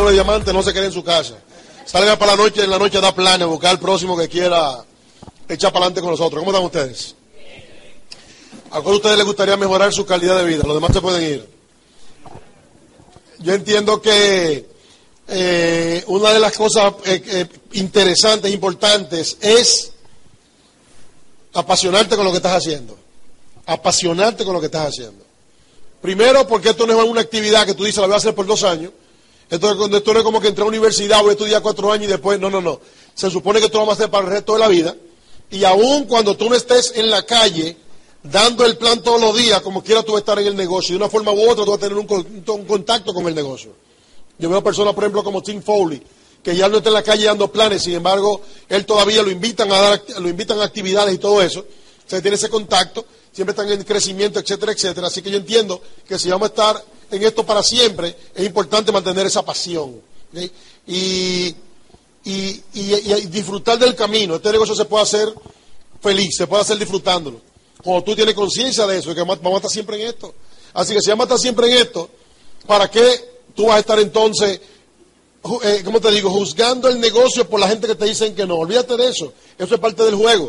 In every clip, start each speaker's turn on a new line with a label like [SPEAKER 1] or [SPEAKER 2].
[SPEAKER 1] doble diamante, no se quede en su casa. Salga para la noche, en la noche da planes, buscar al próximo que quiera echar para adelante con nosotros. ¿Cómo están ustedes? ¿A cuál de ustedes les gustaría mejorar su calidad de vida? Los demás se pueden ir. Yo entiendo que una de las cosas interesantes, importantes, es apasionarte con lo que estás haciendo. Apasionarte con lo que estás haciendo. Primero, porque esto no es una actividad que tú dices, la voy a hacer por 2 años. Entonces, esto no es como que entré a una universidad, voy a estudiar 4 años y después, no. Se supone que tú lo vas a hacer para el resto de la vida. Y aún cuando tú no estés en la calle, dando el plan todos los días, como quiera tú vas a estar en el negocio. De una forma u otra tú vas a tener un contacto con el negocio. Yo veo personas, por ejemplo, como Tim Foley, que ya no está en la calle dando planes, sin embargo, él todavía lo invitan a actividades y todo eso. O sea, tiene ese contacto, siempre están en crecimiento, etcétera, etcétera. Así que yo entiendo que si vamos a estar en esto para siempre, es importante mantener esa pasión, ¿okay? Y disfrutar del camino. Este negocio se puede hacer feliz, se puede hacer disfrutándolo. Cuando tú tienes conciencia de eso, de que vamos a estar siempre en esto. Así que si vamos a estar siempre en esto, ¿para qué tú vas a estar entonces, ¿cómo te digo?, juzgando el negocio por la gente que te dicen que no? Olvídate de eso. Eso es parte del juego.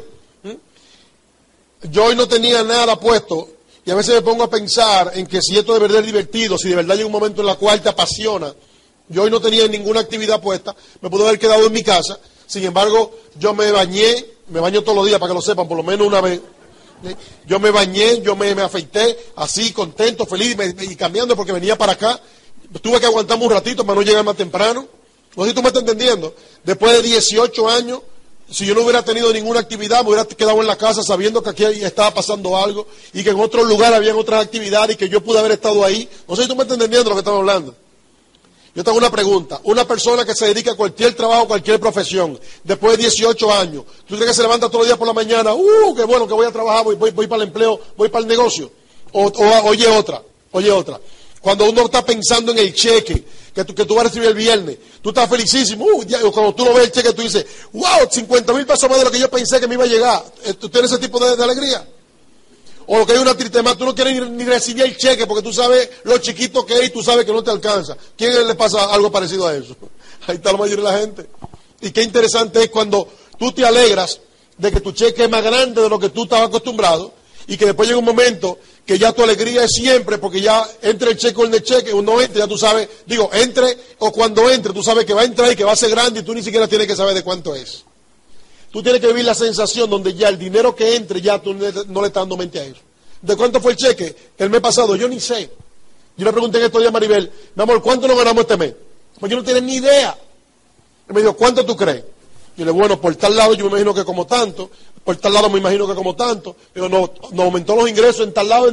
[SPEAKER 1] Yo hoy no tenía nada puesto y a veces me pongo a pensar en que si esto de verdad es divertido, si de verdad llega un momento en el cual te apasiona. Yo hoy no tenía ninguna actividad puesta, me pude haber quedado en mi casa. Sin embargo, yo me baño todos los días, para que lo sepan, por lo menos una vez. Yo me bañé, yo me afeité, así, contento, feliz, y cambiando porque venía para acá. Tuve que aguantarme un ratito para no llegar más temprano. No sé si tú me estás entendiendo. Después de 18 años, si yo no hubiera tenido ninguna actividad, me hubiera quedado en la casa sabiendo que aquí estaba pasando algo y que en otro lugar habían otras actividades y que yo pude haber estado ahí. No sé si tú me estás entendiendo lo que estamos hablando. Yo tengo una pregunta. Una persona que se dedica a cualquier trabajo, cualquier profesión, después de 18 años, ¿tú crees que se levanta todos los días por la mañana? Qué bueno que voy a trabajar, voy para el empleo, voy para el negocio. Oye otra. Cuando uno está pensando en el cheque que tú vas a recibir el viernes, tú estás felicísimo. Cuando tú lo ves el cheque, tú dices, wow, 50,000 pesos más de lo que yo pensé que me iba a llegar. ¿Tú tienes ese tipo de alegría? O lo que hay una tristeza más, tú no quieres ni recibir el cheque porque tú sabes lo chiquito que es y tú sabes que no te alcanza. ¿Quién le pasa algo parecido a eso? Ahí está la mayoría de la gente. Y qué interesante es cuando tú te alegras de que tu cheque es más grande de lo que tú estabas acostumbrado y que después llega un momento que ya tu alegría es siempre porque ya entre el cheque o el cheque, uno entra, ya tú sabes, entre o cuando entre, tú sabes que va a entrar y que va a ser grande y tú ni siquiera tienes que saber de cuánto es. Tú tienes que vivir la sensación donde ya el dinero que entre, ya tú no le estás dando mente a eso. ¿De cuánto fue el cheque? El mes pasado, yo ni sé. Yo le pregunté en estos días a Maribel, mi amor, ¿cuánto nos ganamos este mes? Pues yo no tenía ni idea. Y me dijo, ¿cuánto tú crees? Y le digo, bueno, por tal lado yo me imagino que como tanto, por tal lado me imagino que como tanto. Digo, no, nos aumentó los ingresos en tal lado,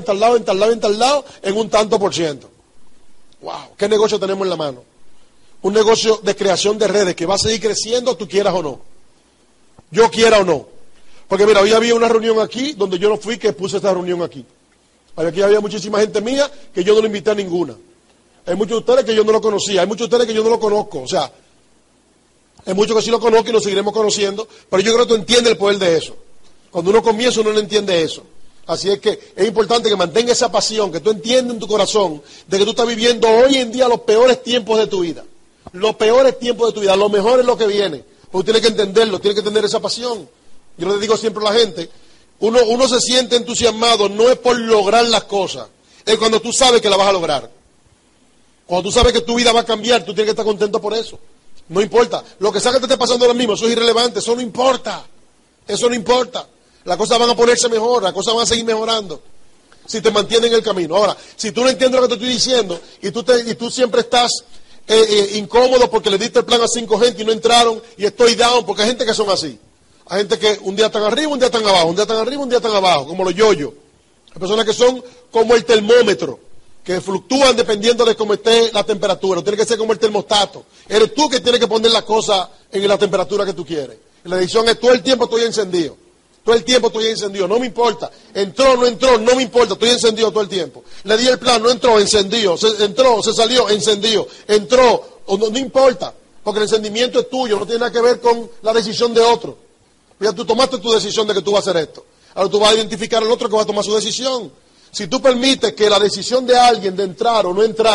[SPEAKER 1] en un tanto por ciento. Wow, ¿qué negocio tenemos en la mano? Un negocio de creación de redes que va a seguir creciendo, tú quieras o no. Yo quiera o no. Porque mira, hoy había una reunión aquí donde yo no fui, que puse esta reunión aquí. Aquí había muchísima gente mía que yo no le invité a ninguna. Hay muchos de ustedes que yo no lo conocía, hay muchos de ustedes que yo no lo conozco. O sea, hay muchos que sí lo conozco y lo seguiremos conociendo, pero yo creo que tú entiendes el poder de eso. Cuando uno comienza, uno no entiende eso. Así es que es importante que mantenga esa pasión, que tú entiendas en tu corazón de que tú estás viviendo hoy en día los peores tiempos de tu vida. Los peores tiempos de tu vida, lo mejor es lo que viene. Porque tienes que entenderlo, tienes que tener esa pasión. Yo le digo siempre a la gente, uno se siente entusiasmado, no es por lograr las cosas, es cuando tú sabes que la vas a lograr. Cuando tú sabes que tu vida va a cambiar, tú tienes que estar contento por eso. No importa, lo que sea que te esté pasando ahora mismo, eso es irrelevante, eso no importa. Eso no importa. Las cosas van a ponerse mejor, las cosas van a seguir mejorando. Si te mantienen en el camino. Ahora, si tú no entiendes lo que te estoy diciendo, y tú siempre estás incómodo porque le diste el plan a 5 gente y no entraron, y estoy down, porque hay gente que son así. Hay gente que un día están arriba, un día están abajo, un día están arriba, un día están abajo, como los yoyos. Hay personas que son como el termómetro, que fluctúan dependiendo de cómo esté la temperatura. Tiene que ser como el termostato. Eres tú que tienes que poner la cosa en la temperatura que tú quieres. La decisión es todo el tiempo estoy encendido. Todo el tiempo estoy encendido, no me importa. Entró, no entró, no me importa, estoy encendido todo el tiempo. Le di el plan, no entró, encendido. Entró, se salió, encendido. Entró, no importa. Porque el encendimiento es tuyo, no tiene nada que ver con la decisión de otro. Ya tú tomaste tu decisión de que tú vas a hacer esto. Ahora tú vas a identificar al otro que va a tomar su decisión. Si tú permites que la decisión de alguien de entrar o no entrar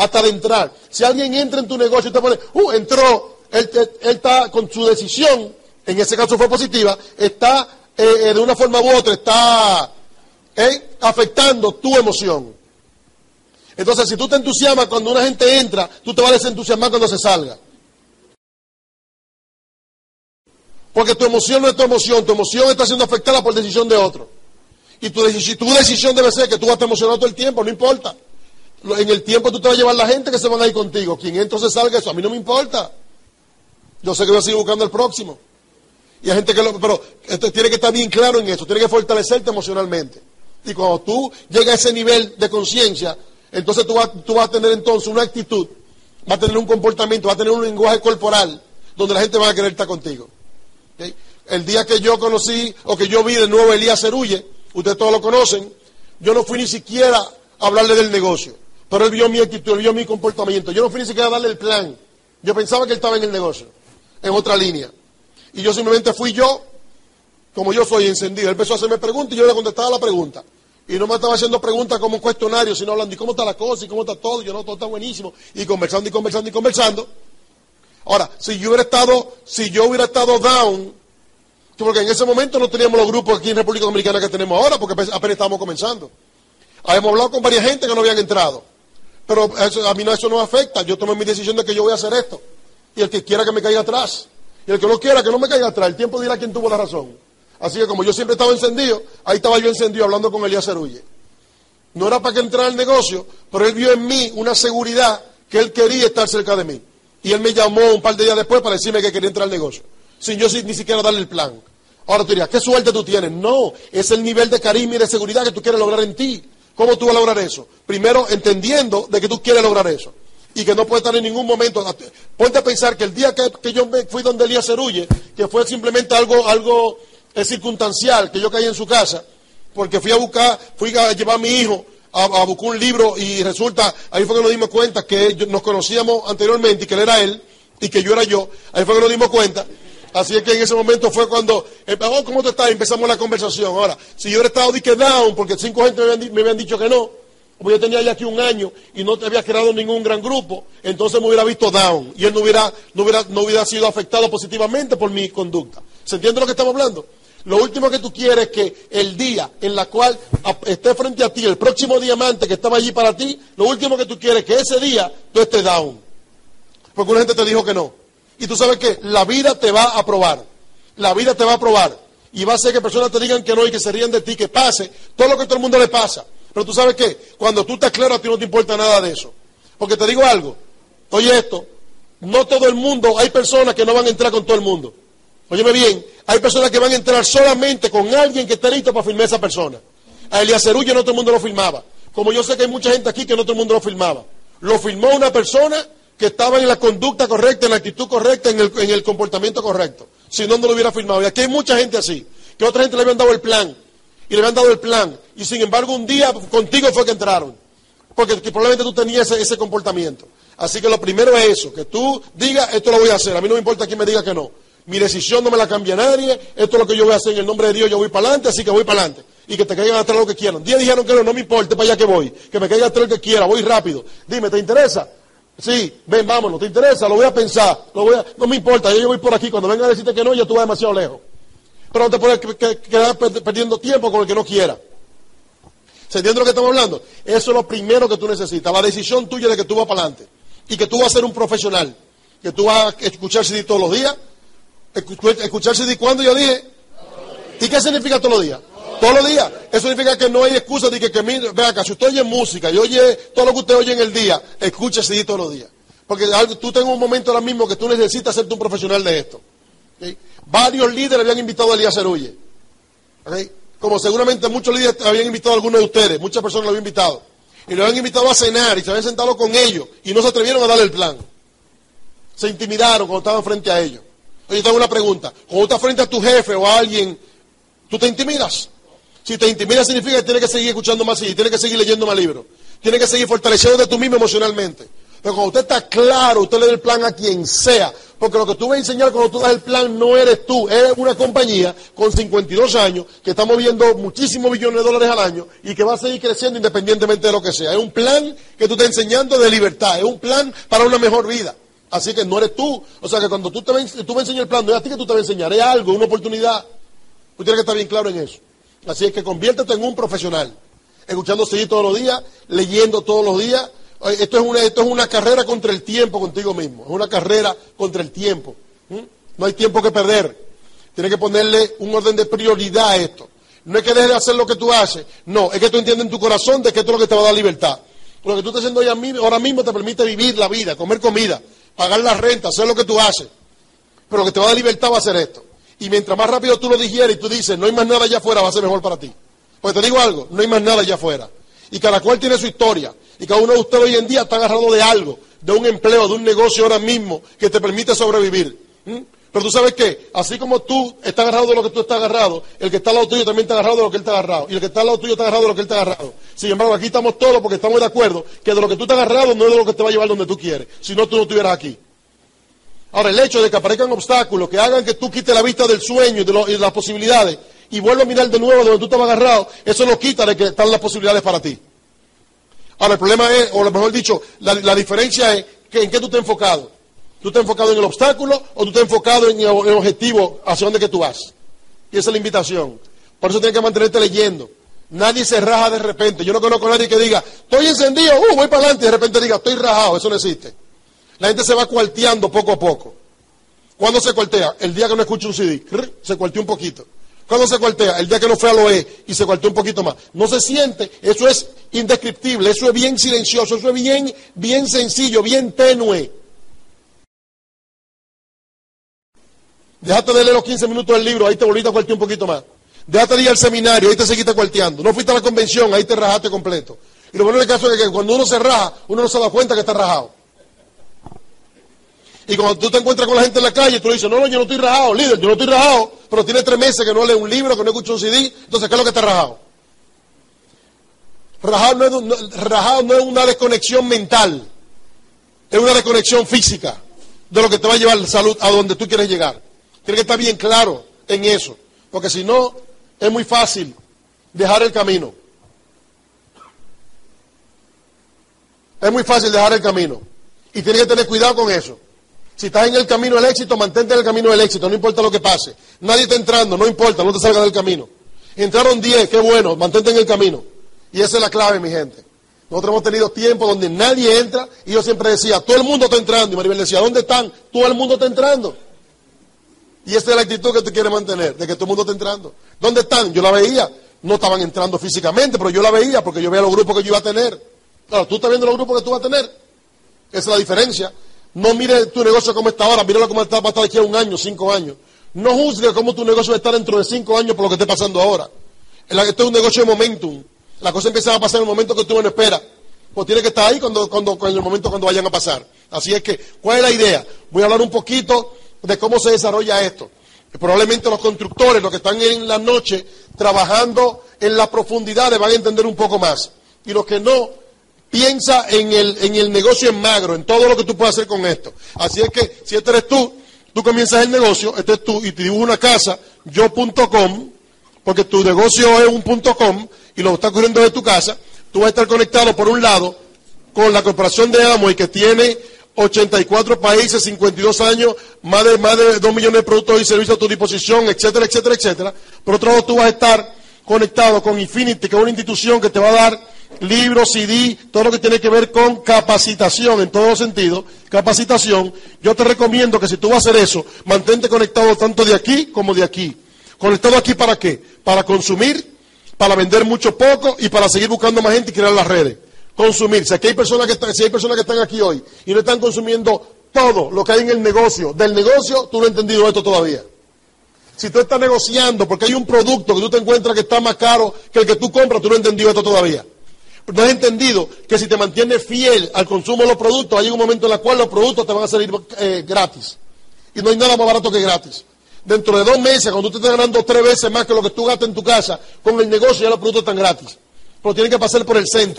[SPEAKER 1] hasta de entrar. Si alguien entra en tu negocio y te pone, entró, él está con su decisión, en ese caso fue positiva, está de una forma u otra, está afectando tu emoción. Entonces, si tú te entusiasmas cuando una gente entra, tú te vas a desentusiasmar cuando se salga. Porque tu emoción no es tu emoción está siendo afectada por decisión de otro. Y tu decisión debe ser que tú vas a estar emocionado todo el tiempo, no importa. En el tiempo tú te vas a llevar la gente que se van a ir contigo. Quien entonces salga, eso a mí no me importa. Yo sé que voy a seguir buscando el próximo. Y hay gente pero tiene que estar bien claro en eso, tiene que fortalecerte emocionalmente. Y cuando tú llegas a ese nivel de conciencia, entonces tú vas a tener entonces una actitud, vas a tener un comportamiento, vas a tener un lenguaje corporal, donde la gente va a querer estar contigo. ¿Okay? El día que yo conocí, o que yo vi de nuevo a Elías Cerulle, ustedes todos lo conocen, yo no fui ni siquiera a hablarle del negocio, pero él vio mi actitud, él vio mi comportamiento, yo no fui ni siquiera a darle el plan, yo pensaba que él estaba en el negocio, en otra línea, y yo simplemente fui yo, como yo soy encendido, él empezó a hacerme preguntas y yo le contestaba la pregunta, y no me estaba haciendo preguntas como un cuestionario, sino hablando, ¿y cómo está la cosa? ¿Y cómo está todo? Y yo, no, todo está buenísimo, y conversando y conversando y conversando. Ahora, si yo hubiera estado down, porque en ese momento no teníamos los grupos aquí en República Dominicana que tenemos ahora, porque apenas estábamos comenzando. Habíamos hablado con varias gente que no habían entrado, pero a mí eso no me afecta. Yo tomé mi decisión de que yo voy a hacer esto, y el que quiera que me caiga atrás, y el que no quiera que no me caiga atrás, el tiempo dirá quién tuvo la razón. Así que como yo siempre estaba encendido, ahí estaba yo encendido hablando con Elías Cerulle. No era para que entrara al negocio, pero él vio en mí una seguridad que él quería estar cerca de mí. Y él me llamó un par de días después para decirme que quería entrar al negocio, sin yo ni siquiera darle el plan. Ahora tú dirías, ¿qué suerte tú tienes? No, es el nivel de carisma y de seguridad que tú quieres lograr en ti. ¿Cómo tú vas a lograr eso? Primero, entendiendo de que tú quieres lograr eso. Y que no puedes estar en ningún momento. Ponte a pensar que el día que yo fui donde Elías Cerulle, que fue simplemente algo circunstancial, que yo caí en su casa, porque fui a llevar a mi hijo a buscar un libro y resulta, ahí fue que nos dimos cuenta que nos conocíamos anteriormente y que él era él y que yo era yo. Ahí fue que nos dimos cuenta. Así es que en ese momento fue cuando, ¿cómo tú estás? Empezamos la conversación. Ahora, si yo hubiera estado down, porque 5 gente me habían dicho que no, porque yo tenía ya aquí 1 año y no te había creado ningún gran grupo, entonces me hubiera visto down y él no hubiera sido afectado positivamente por mi conducta. ¿Se entiende lo que estamos hablando? Lo último que tú quieres es que el día en la cual esté frente a ti, el próximo diamante que estaba allí para ti, lo último que tú quieres es que ese día tú estés down. Porque una gente te dijo que no. Y tú sabes que la vida te va a probar. La vida te va a probar. Y va a hacer que personas te digan que no y que se rían de ti, que pase todo lo que a todo el mundo le pasa. Pero tú sabes que cuando tú estás claro, a ti no te importa nada de eso. Porque te digo algo. Oye esto. No todo el mundo, hay personas que no van a entrar con todo el mundo. Óyeme bien, hay personas que van a entrar solamente con alguien que esté listo para filmar a esa persona. A Elías Cerulle no todo el mundo lo filmaba. Como yo sé que hay mucha gente aquí que no todo el mundo lo filmaba. Lo filmó una persona que estaba en la conducta correcta, en la actitud correcta, en el comportamiento correcto. Si no, no lo hubiera filmado. Y aquí hay mucha gente así, que otra gente le habían dado el plan. Y le habían dado el plan. Y sin embargo, un día contigo fue que entraron. Porque probablemente tú tenías ese comportamiento. Así que lo primero es eso, que tú digas, esto lo voy a hacer. A mí no me importa quién me diga que no. Mi decisión no me la cambia nadie. Esto es lo que yo voy a hacer en el nombre de Dios. Yo voy para adelante, así que voy para adelante. Y que te caigan atrás lo que quieran. 10 dijeron que no me importa, para allá que voy. Que me caiga atrás lo que quiera, voy rápido. Dime, ¿te interesa? Sí, ven, vámonos, ¿te interesa? Lo voy a pensar. No me importa, yo voy por aquí. Cuando vengan a decirte que no, ya tú vas demasiado lejos. Pero no te puedes quedar perdiendo tiempo con el que no quiera. ¿Se entiende lo que estamos hablando? Eso es lo primero que tú necesitas. La decisión tuya de que tú vas para adelante. Y que tú vas a ser un profesional. Que tú vas a escuchar CD todos los días. ¿Escuchar CD cuándo? Yo dije. ¿Y qué significa todos los días? Todos los días. Eso significa que no hay excusa de que vea acá, si usted oye música y oye todo lo que usted oye en el día, escuche CD todos los días. Porque tú tengas un momento ahora mismo que tú necesitas hacerte un profesional de esto. ¿Okay? Varios líderes habían invitado a Elías Cerulle. ¿Okay? Como seguramente muchos líderes habían invitado a algunos de ustedes, muchas personas lo habían invitado. Y lo habían invitado a cenar y se habían sentado con ellos y no se atrevieron a darle el plan. Se intimidaron cuando estaban frente a ellos. Oye, tengo una pregunta. Cuando estás frente a tu jefe o a alguien, ¿tú te intimidas? Si te intimidas significa que tienes que seguir escuchando más y tienes que seguir leyendo más libros. Tienes que seguir fortaleciéndote tú mismo emocionalmente. Pero cuando usted está claro, usted le da el plan a quien sea. Porque lo que tú vas a enseñar cuando tú das el plan no eres tú. Eres una compañía con 52 años que está moviendo muchísimos billones de dólares al año y que va a seguir creciendo independientemente de lo que sea. Es un plan que tú estás enseñando de libertad. Es un plan para una mejor vida. Así que no eres tú. O sea que cuando tú me enseñas el plan, no es a ti que tú te vas a enseñar. Es algo, una oportunidad. Tú tienes que estar bien claro en eso. Así es que conviértete en un profesional. Escuchando seguir todos los días, leyendo todos los días. Esto es una carrera contra el tiempo contigo mismo. Es una carrera contra el tiempo. No hay tiempo que perder. Tienes que ponerle un orden de prioridad a esto. No es que dejes de hacer lo que tú haces. No, es que tú entiendes en tu corazón de que esto es lo que te va a dar libertad. Lo que tú estás haciendo ahora mismo te permite vivir la vida, comer comida, pagar la renta, hacer lo que tú haces. Pero lo que te va a dar libertad va a ser esto. Y mientras más rápido tú lo digieres y tú dices, no hay más nada allá afuera, va a ser mejor para ti. Porque te digo algo, no hay más nada allá afuera. Y cada cual tiene su historia. Y cada uno de ustedes hoy en día está agarrado de algo, de un empleo, de un negocio ahora mismo que te permite sobrevivir. Pero tú sabes que, así como tú estás agarrado de lo que tú estás agarrado, el que está al lado tuyo también está agarrado de lo que él está agarrado. Y el que está al lado tuyo está agarrado de lo que él está agarrado. Sin embargo, aquí estamos todos porque estamos de acuerdo que de lo que tú estás agarrado no es de lo que te va a llevar donde tú quieres. Si no, tú no estuvieras aquí. Ahora, el hecho de que aparezcan obstáculos que hagan que tú quites la vista del sueño y de las posibilidades y vuelvas a mirar de nuevo donde tú estabas agarrado, eso no quita de que están las posibilidades para ti. Ahora, el problema es, o mejor dicho, la diferencia es que en qué tú estás enfocado. ¿Tú estás enfocado en el obstáculo o tú estás enfocado en el objetivo hacia dónde que tú vas? Y esa es la invitación. Por eso tienes que mantenerte leyendo. Nadie se raja de repente. Yo no conozco a nadie que diga, estoy encendido, voy para adelante, y de repente diga, estoy rajado. Eso no existe. La gente se va cuarteando poco a poco. ¿Cuándo se cuartea? El día que no escucha un CD. Se cuartea un poquito. ¿Cuándo se cuartea? El día que no fue a lo y se cuartea un poquito más. No se siente, eso es indescriptible, eso es bien silencioso, eso es bien sencillo, bien tenue. Déjate de leer los 15 minutos del libro, ahí te volviste a cuartear un poquito más. Déjate de ir al seminario, ahí te seguiste cuarteando. No fuiste a la convención, ahí te rajaste completo. Y lo bueno en el caso es que cuando uno se raja, uno no se da cuenta que está rajado. Y cuando tú te encuentras con la gente en la calle, tú le dices, no, yo no estoy rajado, líder, yo no estoy rajado, pero tiene 3 meses que no lee un libro, que no escucha un CD, entonces, ¿qué es lo que está rajado? Rajado no es una desconexión mental, es una desconexión física de lo que te va a llevar la salud a donde tú quieres llegar. Tienes que estar bien claro en eso, porque si no, es muy fácil dejar el camino. Es muy fácil dejar el camino, y tienes que tener cuidado con eso. Si estás en el camino del éxito, mantente en el camino del éxito, no importa lo que pase. Nadie está entrando, no importa, no te salgas del camino. Entraron 10, qué bueno, mantente en el camino. Y esa es la clave, mi gente. Nosotros hemos tenido tiempo donde nadie entra, y yo siempre decía, todo el mundo está entrando. Y Maribel decía, ¿dónde están? Todo el mundo está entrando. Y esta es la actitud que tú quieres mantener, de que todo el mundo está entrando. ¿Dónde están? Yo la veía, no estaban entrando físicamente, pero yo la veía porque yo veía los grupos que yo iba a tener. Claro, tú estás viendo los grupos que tú vas a tener. Esa es la diferencia. No mire tu negocio como está ahora, míralo como va a estar de aquí a 1 año, 5 años. No juzgue cómo tu negocio va a estar dentro de 5 años por lo que esté pasando ahora. Esto es un negocio de momentum. Las cosas empiezan a pasar en el momento que tú no esperas. Pues tiene que estar ahí en el momento cuando vayan a pasar. Así es que, ¿cuál es la idea? Voy a hablar un poquito de cómo se desarrolla esto. Probablemente los constructores, los que están en la noche trabajando en las profundidades, van a entender un poco más. Y los que no, piensa en el negocio en magro, en todo lo que tú puedes hacer con esto. Así es que, si este eres tú comienzas el negocio, este es tú, y te dibujo una casa, yo.com, porque tu negocio es un .com, y lo estás corriendo de tu casa, tú vas a estar conectado, por un lado, con la corporación de Amway, que tiene 84 países, 52 años, más de 2 millones de productos y servicios a tu disposición, etcétera, etcétera, etcétera. Por otro lado, tú vas a estar conectado con Infinity, que es una institución que te va a dar libros, CD, todo lo que tiene que ver con capacitación en todos los sentidos, capacitación. Yo te recomiendo que si tú vas a hacer eso, mantente conectado tanto de aquí como de aquí. ¿Conectado aquí para qué? Para consumir, para vender mucho poco y para seguir buscando más gente y crear las redes. Consumir. Si hay personas que están aquí hoy y no están consumiendo todo lo que hay en el negocio, del negocio, tú no has entendido esto todavía. Si tú estás negociando porque hay un producto que tú te encuentras que está más caro que el que tú compras, tú no has entendido esto todavía. No has entendido que si te mantienes fiel al consumo de los productos, hay un momento en el cual los productos te van a salir gratis. Y no hay nada más barato que gratis. Dentro de 2 meses, cuando tú te estés ganando 3 veces más que lo que tú gastas en tu casa, con el negocio ya los productos están gratis. Pero tienen que pasar por el centro.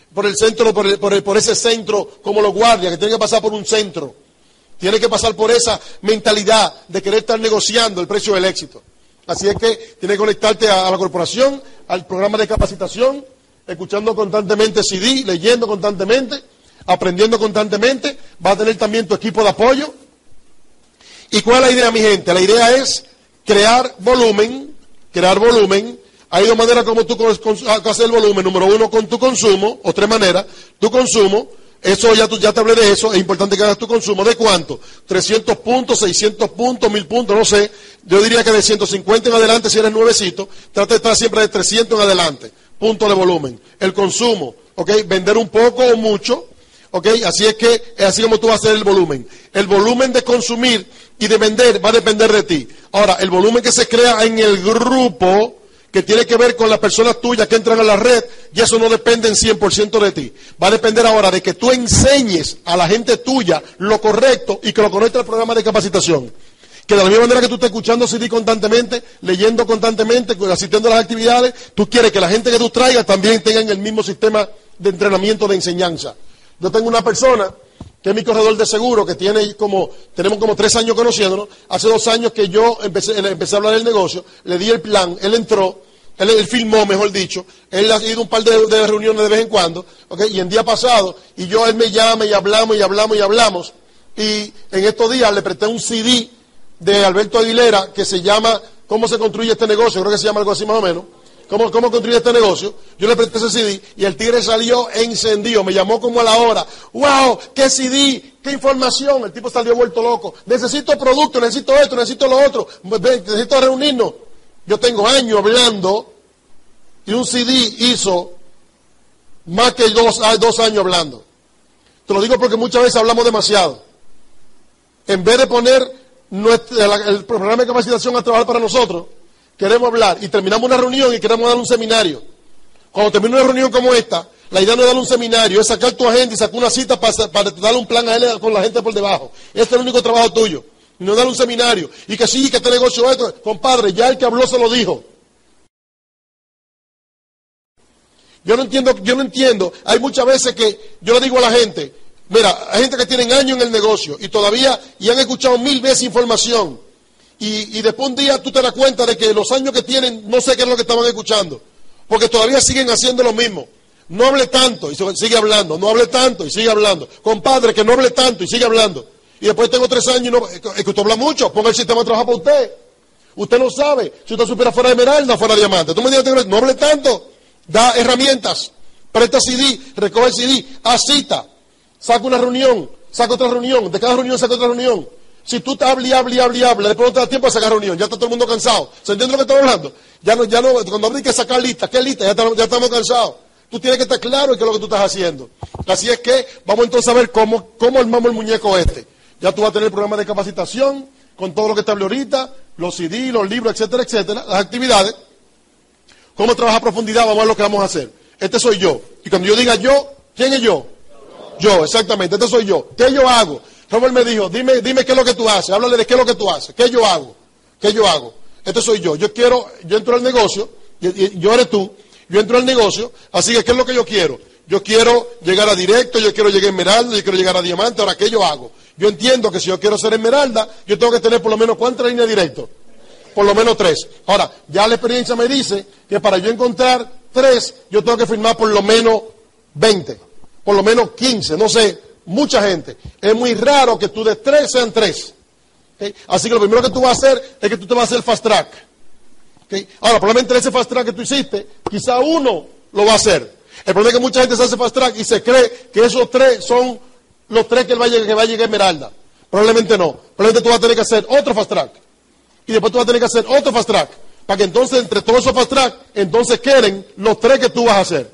[SPEAKER 1] por el centro, por ese centro como los guardias, que tienen que pasar por un centro. Tiene que pasar por esa mentalidad de querer estar negociando el precio del éxito. Así es que tiene que conectarte a la corporación, al programa de capacitación, escuchando constantemente CD, leyendo constantemente, aprendiendo constantemente. Va a tener también tu equipo de apoyo. ¿Y cuál es la idea, mi gente? La idea es crear volumen. Hay dos maneras como tú haces el volumen. Número uno, con tu consumo, o tres maneras. Tu consumo, eso ya te hablé de eso, es importante que hagas tu consumo. ¿De cuánto? 300 puntos, 600 puntos, 1000 puntos, no sé. Yo diría que de 150 en adelante, si eres nuevecito, trata de estar siempre de 300 en adelante. Punto de volumen. El consumo, ¿ok? Vender un poco o mucho, ¿ok? Así es que es así como tú vas a hacer el volumen. El volumen de consumir y de vender va a depender de ti. Ahora, el volumen que se crea en el grupo, que tiene que ver con las personas tuyas que entran a la red, y eso no depende en 100% de ti. Va a depender ahora de que tú enseñes a la gente tuya lo correcto y que lo conecte al programa de capacitación. Que de la misma manera que tú estás escuchando CD constantemente, leyendo constantemente, asistiendo a las actividades, tú quieres que la gente que tú traigas también tengan el mismo sistema de entrenamiento, de enseñanza. Yo tengo una persona que es mi corredor de seguro, que tenemos como 3 años conociéndonos. Hace 2 años que yo empecé a hablar del negocio, le di el plan, él entró, él filmó, mejor dicho, él ha ido un par de reuniones de vez en cuando, ¿okay? Y el día pasado, él me llama y hablamos, y en estos días le presté un CD de Alberto Aguilera que se llama ¿Cómo se construye este negocio? Creo que se llama algo así más o menos. ¿Cómo construir este negocio? Yo le presté ese CD y el tigre salió encendido. Me llamó como a la hora. ¡Wow! ¡Qué CD! ¡Qué información! El tipo salió vuelto loco. Necesito producto, necesito esto, necesito lo otro. Necesito reunirnos. Yo tengo años hablando y un CD hizo más que 2 años hablando. Te lo digo porque muchas veces hablamos demasiado. En vez de poner el programa de capacitación a trabajar para nosotros, queremos hablar y terminamos una reunión y queremos dar un seminario. Cuando termina una reunión como esta, la idea no es darle un seminario, es sacar tu agenda y sacar una cita para darle un plan a él con la gente por debajo. Este es el único trabajo tuyo. Y no darle un seminario. Y que sí, que este negocio esto. Compadre, ya el que habló se lo dijo. Yo no entiendo. Hay muchas veces que yo le digo a la gente, mira, hay gente que tienen años en el negocio y todavía han escuchado 1000 veces información. Y después un día tú te das cuenta de que los años que tienen, no sé qué es lo que estaban escuchando. Porque todavía siguen haciendo lo mismo. No hable tanto y sigue hablando. No hable tanto y sigue hablando. Compadre, que no hable tanto y sigue hablando. Y después tengo 3 años y es que usted habla mucho. Ponga el sistema de trabajo para usted. Usted no sabe. Si usted supiera fuera de esmeralda, fuera de diamante. Tú me dices, no hable tanto. Da herramientas. Presta CD. Recoge el CD. Haz cita. Saca una reunión. Saca otra reunión. De cada reunión saca otra reunión. Si tú te hablas, después no te da tiempo de sacar reunión, ya está todo el mundo cansado. ¿Se entiende lo que estamos hablando? Ya no, cuando hablas que sacar lista, ¿qué lista? Ya estamos cansados. Tú tienes que estar claro en qué es lo que tú estás haciendo. Así es que vamos entonces a ver cómo armamos el muñeco este. Ya tú vas a tener el programa de capacitación, con todo lo que te hablé ahorita, los CD, los libros, etcétera, etcétera, las actividades. Cómo trabajar a profundidad, vamos a ver lo que vamos a hacer. Este soy yo. Y cuando yo diga yo, ¿quién es yo? Yo, exactamente, este soy yo. ¿Qué yo hago? Robert me dijo, dime qué es lo que tú haces, háblale de qué es lo que tú haces, qué yo hago. Este soy yo. Yo entro al negocio, yo eres tú, yo entro al negocio, así que ¿qué es lo que yo quiero? Yo quiero llegar a directo, yo quiero llegar a esmeralda, yo quiero llegar a diamante, ahora ¿qué yo hago? Yo entiendo que si yo quiero ser esmeralda, yo tengo que tener por lo menos ¿cuántas líneas directo? Por lo menos 3. Ahora, ya la experiencia me dice que para yo encontrar 3, yo tengo que firmar por lo menos 20, por lo menos 15, no sé. Mucha gente. Es muy raro que tú de 3 sean 3. ¿Okay? Así que lo primero que tú vas a hacer es que tú te vas a hacer fast track. ¿Okay? Ahora, probablemente ese fast track que tú hiciste, quizá uno lo va a hacer. El problema es que mucha gente se hace fast track y se cree que esos 3 son los 3 que va a llegar a Esmeralda. Probablemente no. Probablemente tú vas a tener que hacer otro fast track. Y después tú vas a tener que hacer otro fast track. Para que entonces, entre todos esos fast track, entonces queden los 3 que tú vas a hacer.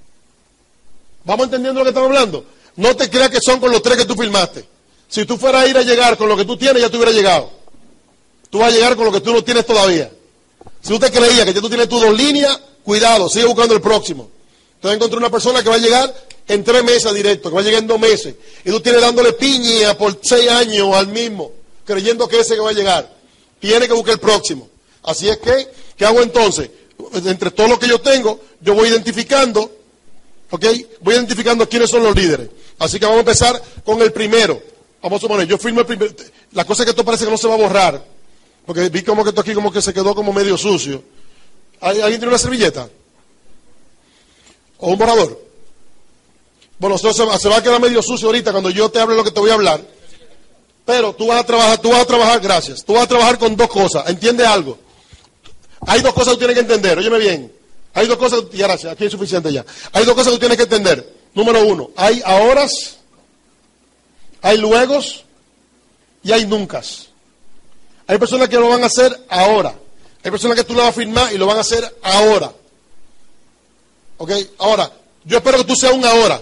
[SPEAKER 1] ¿Vamos entendiendo lo que estamos hablando? No te creas que son con los 3 que tú firmaste. Si tú fueras a ir a llegar con lo que tú tienes, ya te hubiera llegado. Tú vas a llegar con lo que tú no tienes todavía. Si tú te creías que ya tú tienes tus 2 líneas, cuidado, sigue buscando el próximo. Entonces encontré una persona que va a llegar en 3 meses directo, que va a llegar en 2 meses. Y tú tienes dándole piña por 6 años al mismo, creyendo que ese que va a llegar. Tiene que buscar el próximo. Así es que, ¿qué hago entonces? Entre todo lo que yo tengo, yo voy identificando ¿Ok? Voy identificando quiénes son los líderes. Así que vamos a empezar con el primero. Vamos a suponer, yo firmo el primero. La cosa es que esto parece que no se va a borrar, porque vi como que esto aquí como que se quedó como medio sucio. ¿Alguien tiene una servilleta? ¿O un borrador? Bueno, se va a quedar medio sucio ahorita cuando yo te hable lo que te voy a hablar. Pero tú vas a trabajar, gracias. Tú vas a trabajar con dos cosas. ¿Entiende algo? Hay dos cosas que tú tienes que entender, óyeme bien. Hay dos cosas, y gracias, aquí es suficiente ya. Hay dos cosas que tú tienes que entender. Número uno, hay ahoras, hay luegos y hay nuncas. Hay personas que lo van a hacer ahora. Hay personas que tú le vas a firmar y lo van a hacer ahora. ¿Ok? Ahora, yo espero que tú seas un ahora.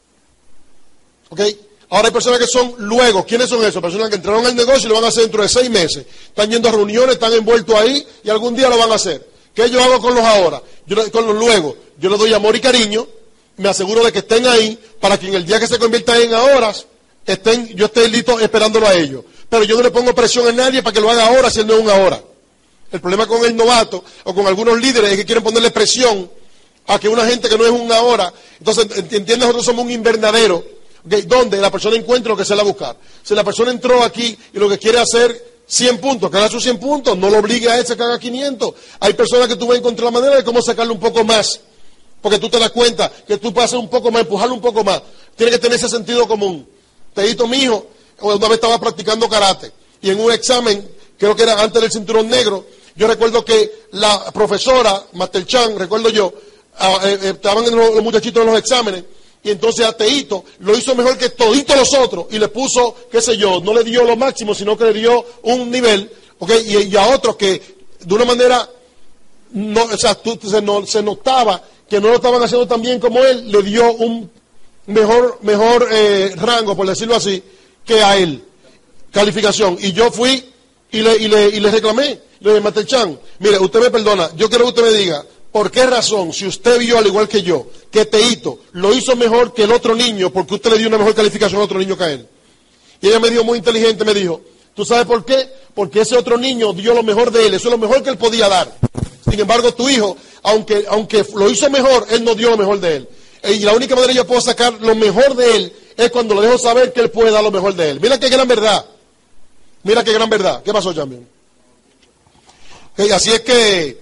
[SPEAKER 1] ¿Ok? Ahora hay personas que son luego. ¿Quiénes son esos? Personas que entraron al negocio y lo van a hacer dentro de 6 meses. Están yendo a reuniones, están envueltos ahí y algún día lo van a hacer. ¿Qué yo hago con los ahora? Con los luego. Yo les doy amor y cariño, me aseguro de que estén ahí para que en el día que se conviertan en ahoras, yo esté listo esperándolo a ellos. Pero yo no le pongo presión a nadie para que lo haga ahora si él no es un ahora. El problema con el novato o con algunos líderes es que quieren ponerle presión a que una gente que no es un ahora. Entonces, ¿entiendes? Nosotros somos un invernadero, ¿okay? Donde la persona encuentra lo que se le va a buscar. Si la persona entró aquí y lo que quiere hacer 100 puntos, que haga sus 100 puntos, no lo obligue a ese que haga 500. Hay personas que tú vas a encontrar la manera de cómo sacarle un poco más, porque tú te das cuenta que tú puedes hacer un poco más, empujarlo un poco más. Tiene que tener ese sentido común. Teito, mi hijo, una vez estaba practicando karate, y en un examen, creo que era antes del cinturón negro, yo recuerdo que la profesora, Master Chan, recuerdo yo, estaban los muchachitos en los exámenes, y entonces a Teito lo hizo mejor que toditos los otros y le puso, qué sé yo, no le dio lo máximo, sino que le dio un nivel, ¿okay? Y a otros que de una manera, no, o sea, se notaba que no lo estaban haciendo tan bien como él, le dio un mejor rango, por decirlo así, que a él, calificación. Y yo fui y le reclamé, le dije, Master Chan, mire, usted me perdona, yo quiero que usted me diga, ¿por qué razón, si usted vio al igual que yo, que Teito lo hizo mejor que el otro niño, porque usted le dio una mejor calificación a otro niño que a él? Y ella me dijo, muy inteligente, me dijo, ¿tú sabes por qué? Porque ese otro niño dio lo mejor de él, eso es lo mejor que él podía dar. Sin embargo, tu hijo, aunque lo hizo mejor, él no dio lo mejor de él. Y la única manera que yo puedo sacar lo mejor de él es cuando le dejo saber que él puede dar lo mejor de él. Mira qué gran verdad. Mira qué gran verdad. ¿Qué pasó, Champion? Okay, así es que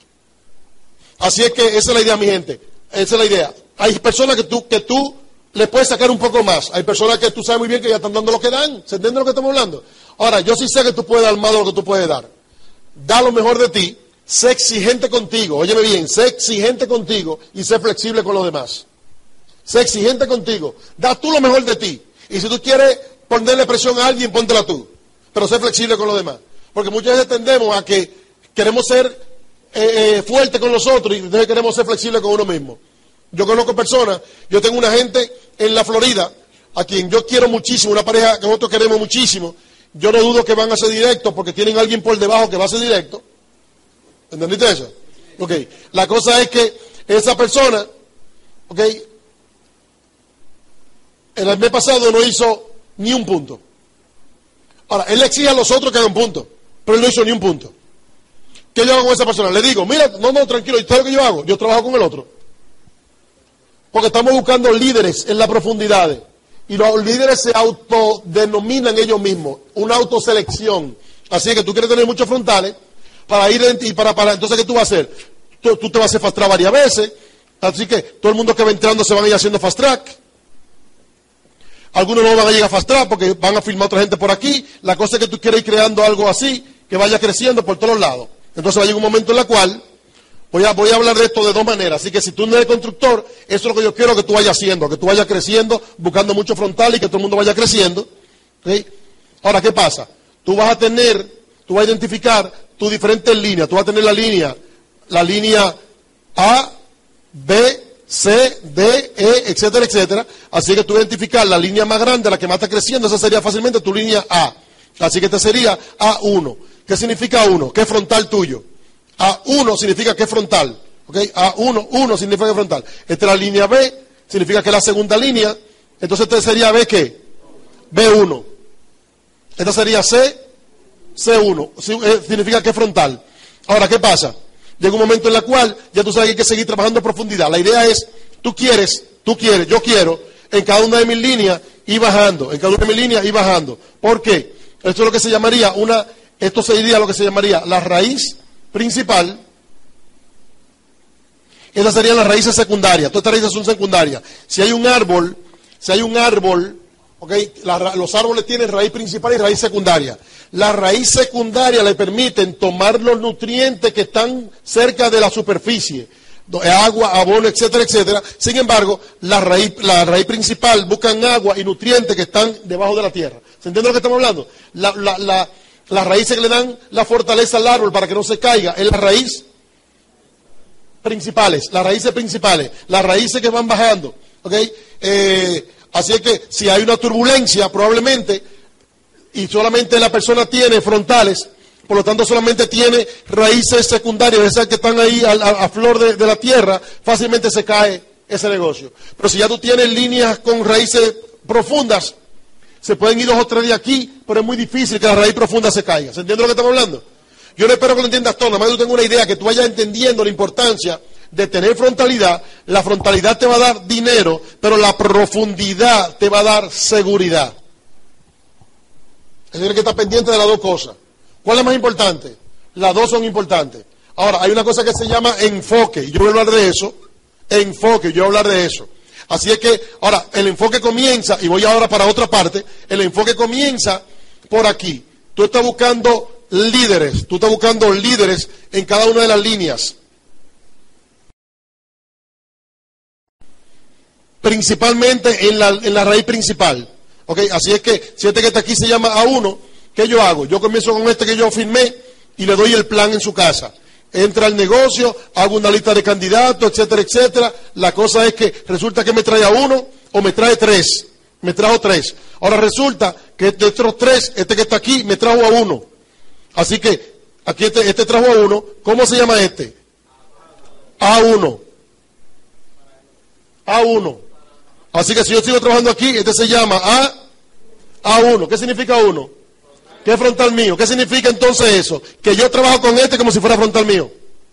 [SPEAKER 1] esa es la idea, mi gente. Esa es la idea. Hay personas que tú le puedes sacar un poco más. Hay personas que tú sabes muy bien que ya están dando lo que dan. ¿Se entiende lo que estamos hablando? Ahora, yo sí sé que tú puedes dar más de lo que tú puedes dar. Da lo mejor de ti. Sé exigente contigo. Óyeme bien. Sé exigente contigo y sé flexible con los demás. Sé exigente contigo. Da tú lo mejor de ti. Y si tú quieres ponerle presión a alguien, póntela tú. Pero sé flexible con los demás. Porque muchas veces tendemos a que queremos ser fuerte con los otros y entonces queremos ser flexibles con uno mismo. Yo conozco personas, yo tengo una gente en la Florida a quien yo quiero muchísimo, una pareja que nosotros queremos muchísimo. Yo no dudo que van a ser directos porque tienen a alguien por debajo que va a ser directo. ¿Entendiste eso? Ok. La cosa es que esa persona, ok, el mes pasado no hizo ni un punto. Ahora, él le exige a los otros que hagan puntos, pero él no hizo ni un punto. ¿Qué yo hago con esa persona? Le digo, mira, no, tranquilo, ¿y sabes lo que yo hago? Yo trabajo con el otro. Porque estamos buscando líderes en las profundidades. Y los líderes se autodenominan ellos mismos, una autoselección. Así que tú quieres tener muchos frontales para ir y para entonces, ¿qué tú vas a hacer? Tú te vas a hacer fast track varias veces. Así que todo el mundo que va entrando se van a ir haciendo fast track. Algunos no van a llegar a fast track porque van a firmar otra gente por aquí. La cosa es que tú quieres ir creando algo así, que vaya creciendo por todos lados. Entonces va a llegar un momento en el cual voy a hablar de esto de dos maneras. Así que si tú no eres constructor, eso es lo que yo quiero que tú vayas haciendo, que tú vayas creciendo, buscando mucho frontal y que todo el mundo vaya creciendo. ¿Okay? Ahora, ¿qué pasa? Tú vas a identificar tus diferentes líneas. Tú vas a tener la línea A, B, C, D, E, etcétera, etcétera. Así que tú identificas la línea más grande, la que más está creciendo, esa sería fácilmente tu línea A. Así que esta sería A1. ¿Qué significa A1? ¿Qué es frontal tuyo? A1 significa que es frontal. ¿Okay? A1 significa que es frontal. Esta es la línea B, significa que es la segunda línea. Entonces esta sería B, ¿qué? B1. Esta sería C, C1. Significa que es frontal. Ahora, ¿qué pasa? Llega un momento en el cual ya tú sabes que hay que seguir trabajando en profundidad. La idea es, tú quieres tú quieres, yo quiero, en cada una de mis líneas ir bajando, en cada una de mis líneas ir bajando. ¿Por qué? Esto es lo que se llamaría esto sería lo que se llamaría la raíz principal. Esas serían las raíces secundarias. Todas estas raíces son secundarias. Si hay un árbol, ¿okay? Los árboles tienen raíz principal y raíz secundaria. La raíz secundaria le permiten tomar los nutrientes que están cerca de la superficie, agua, abono, etcétera, etcétera. Sin embargo, la raíz principal buscan agua y nutrientes que están debajo de la tierra. ¿Se entiende lo que estamos hablando? Las raíces que le dan la fortaleza al árbol para que no se caiga es la raíz principales, las raíces que van bajando, ¿ok? Así es que si hay una turbulencia, probablemente, y solamente la persona tiene frontales, por lo tanto solamente tiene raíces secundarias, esas que están ahí a flor de la tierra, fácilmente se cae ese negocio. Pero si ya tú tienes líneas con raíces profundas, se pueden ir 2 o 3 de aquí, pero es muy difícil que la raíz profunda se caiga. ¿Se entiende lo que estamos hablando? Yo no espero que lo entiendas todo, nada más que tú tengas una idea, que tú vayas entendiendo la importancia de tener frontalidad. La frontalidad te va a dar dinero, pero la profundidad te va a dar seguridad. Es decir, que estás pendiente de las dos cosas. ¿Cuál es más importante? Las dos son importantes. Ahora, hay una cosa que se llama enfoque, y yo voy a hablar de eso. Así es que, ahora, el enfoque comienza, y voy ahora para otra parte, el enfoque comienza por aquí. Tú estás buscando líderes en cada una de las líneas. Principalmente en la raíz principal. ¿Okay? Así es que, si este que está aquí se llama A1, ¿qué yo hago? Yo comienzo con este que yo firmé y le doy el plan en su casa. Entra al negocio, hago una lista de candidatos, etcétera, etcétera. La cosa es que resulta que me trae a 1 o me trae 3. Me trajo 3. Ahora resulta que de estos 3, este que está aquí me trajo a 1. Así que aquí este trajo a 1. ¿Cómo se llama este? A1. Así que si yo sigo trabajando aquí, este se llama A1. ¿Qué significa 1? ¿Qué es frontal mío? ¿Qué significa entonces eso? Que yo trabajo con este como si fuera frontal mío.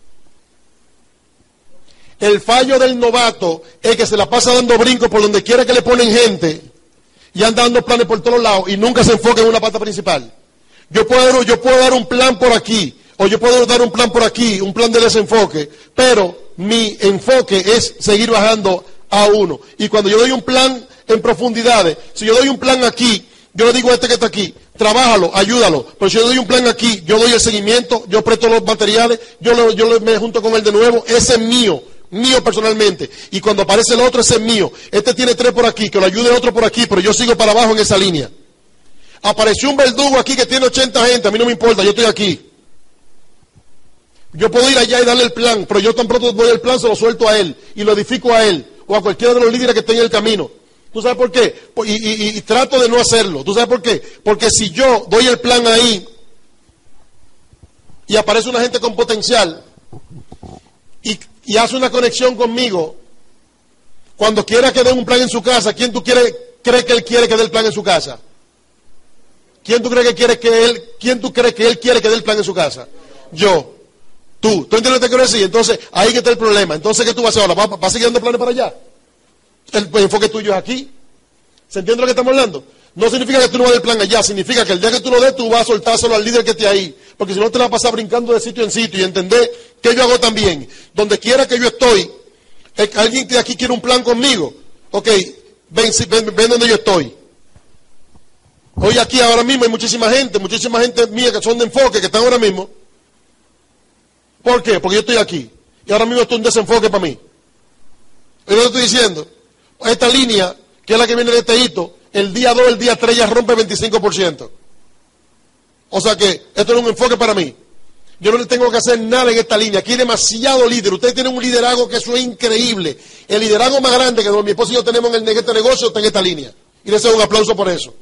[SPEAKER 1] El fallo del novato es que se la pasa dando brincos por donde quiera que le ponen gente y anda dando planes por todos lados y nunca se enfoca en una pata principal. Yo puedo dar un plan por aquí, o yo puedo dar un plan por aquí, un plan de desenfoque, pero mi enfoque es seguir bajando a 1. Y cuando yo doy un plan en profundidades, si yo doy un plan aquí, yo le digo a este que está aquí, trabájalo, ayúdalo. Pero si yo doy un plan aquí, yo doy el seguimiento, yo presto los materiales, yo me junto con él de nuevo, ese es mío personalmente. Y cuando aparece el otro, ese es mío. Este tiene 3 por aquí, que lo ayude otro por aquí, pero yo sigo para abajo en esa línea. Apareció un verdugo aquí que tiene 80 gente, a mí no me importa, yo estoy aquí. Yo puedo ir allá y darle el plan, pero yo tan pronto doy el plan, se lo suelto a él y lo edifico a él o a cualquiera de los líderes que estén en el camino. ¿Tú sabes por qué? Y trato de no hacerlo. ¿Tú sabes por qué? Porque si yo doy el plan ahí y aparece una gente con potencial y hace una conexión conmigo, cuando quiera que dé un plan en su casa, ¿quién tú crees que él quiere que dé el plan en su casa? ¿Quién tú crees que él quiere que dé el plan en su casa? Yo. ¿Tú entiendes lo que te quiero decir? Entonces, ahí que está el problema. Entonces, ¿qué tú vas a hacer ahora? ¿Vas a seguir dando planes para allá? El enfoque tuyo es aquí. ¿Se entiende lo que estamos hablando? No significa que tú no vas a dar el plan allá, significa que el día que tú lo des, tú vas a soltárselo al líder que esté ahí. Porque si no, te la vas a pasar brincando de sitio en sitio y entender que yo hago también. Donde quiera que yo estoy, alguien de aquí quiere un plan conmigo. Ok, ven donde yo estoy. Hoy aquí ahora mismo hay muchísima gente mía que son de enfoque, que están ahora mismo. ¿Por qué? Porque yo estoy aquí. Y ahora mismo esto es un desenfoque para mí. ¿Es lo que estoy diciendo? Esta línea, que es la que viene de este hito, el día 2, el día 3 ya rompe 25%. O sea que esto es un enfoque para mí. Yo no le tengo que hacer nada en esta línea. Aquí hay demasiado líder. Ustedes tienen un liderazgo que eso es increíble. El liderazgo más grande que mi esposo y yo tenemos en este negocio está en esta línea. Y les doy un aplauso por eso.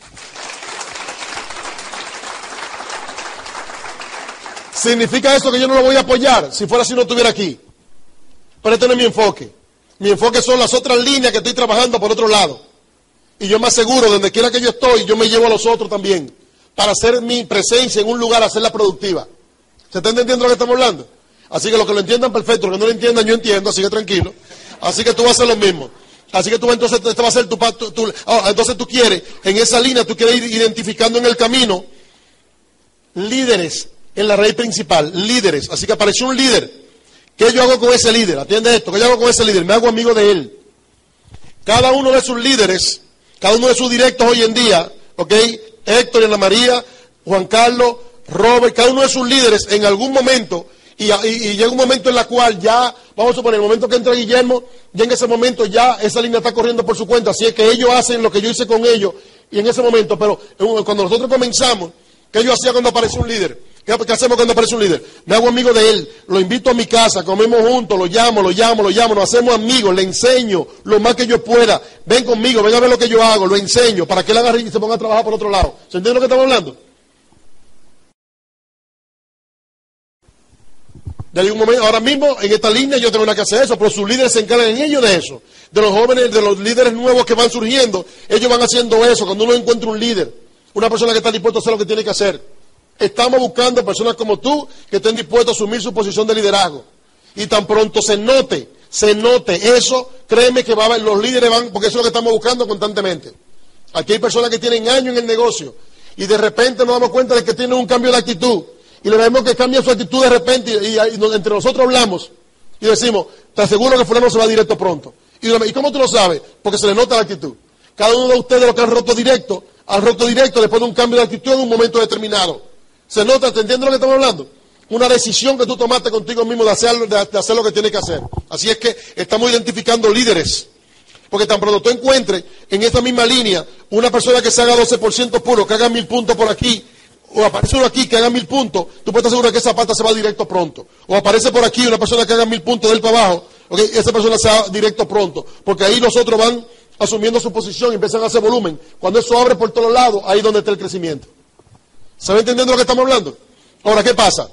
[SPEAKER 1] ¿Significa eso que yo no lo voy a apoyar? Si fuera así no estuviera aquí. Pero este no es mi enfoque. Mi enfoque son las otras líneas que estoy trabajando por otro lado. Y yo me aseguro, donde quiera que yo estoy, yo me llevo a los otros también. Para hacer mi presencia en un lugar, hacerla productiva. ¿Se está entendiendo lo que estamos hablando? Así que los que lo entiendan, perfecto. Los que no lo entiendan, yo entiendo, así que tranquilo. Así que tú vas a hacer lo mismo. Así que tú entonces este va a ser tu pacto. Entonces tú quieres, en esa línea, tú quieres ir identificando en el camino líderes en la raíz principal, líderes. Así que apareció un líder. ¿Qué yo hago con ese líder? Atiende esto. ¿Qué yo hago con ese líder? Me hago amigo de él. Cada uno de sus líderes, cada uno de sus directos hoy en día, ¿ok? Héctor y Ana María, Juan Carlos, Robert, cada uno de sus líderes en algún momento, y llega un momento en el cual ya, vamos a suponer, el momento que entra Guillermo, ya en ese momento ya esa línea está corriendo por su cuenta, así es que ellos hacen lo que yo hice con ellos, y en ese momento, pero cuando nosotros comenzamos, ¿qué yo hacía cuando aparece un líder? ¿Qué hacemos cuando aparece un líder? Me hago amigo de él, lo invito a mi casa, comemos juntos, lo llamo, nos hacemos amigos, le enseño lo más que yo pueda. Ven conmigo, ven a ver lo que yo hago, lo enseño, para que él agarre y se ponga a trabajar por otro lado. ¿Se entiende lo que estamos hablando? De algún momento, ahora mismo, en esta línea yo tengo que hacer eso, pero sus líderes se encargan en ellos de eso. De los jóvenes, de los líderes nuevos que van surgiendo, ellos van haciendo eso. Cuando uno encuentra un líder, una persona que está dispuesta a hacer lo que tiene que hacer. Estamos buscando personas como tú que estén dispuestas a asumir su posición de liderazgo. Y tan pronto se note eso, créeme que va a haber, los líderes van, porque eso es lo que estamos buscando constantemente. Aquí hay personas que tienen años en el negocio y de repente nos damos cuenta de que tienen un cambio de actitud. Y le vemos que cambia su actitud de repente y entre nosotros hablamos y decimos, te aseguro que fulano se va directo pronto. ¿Y cómo tú lo sabes? Porque se le nota la actitud. Cada uno de ustedes, los que han roto directo después de un cambio de actitud en un momento determinado. Se nota, ¿te entiendes lo que estamos hablando? Una decisión que tú tomaste contigo mismo de hacer lo que tienes que hacer. Así es que estamos identificando líderes. Porque tan pronto tú encuentres en esta misma línea una persona que se haga 12% puro, que haga 1000 puntos por aquí, o aparece uno aquí que haga 1000 puntos, tú puedes estar seguro que esa pata se va directo pronto. O aparece por aquí una persona que haga 1000 puntos de él para abajo, okay, esa persona se va directo pronto. Porque ahí los otros van asumiendo su posición y empiezan a hacer volumen. Cuando eso abre por todos lados, ahí es donde está el crecimiento. ¿Se va entendiendo lo que estamos hablando? Ahora, ¿qué pasa?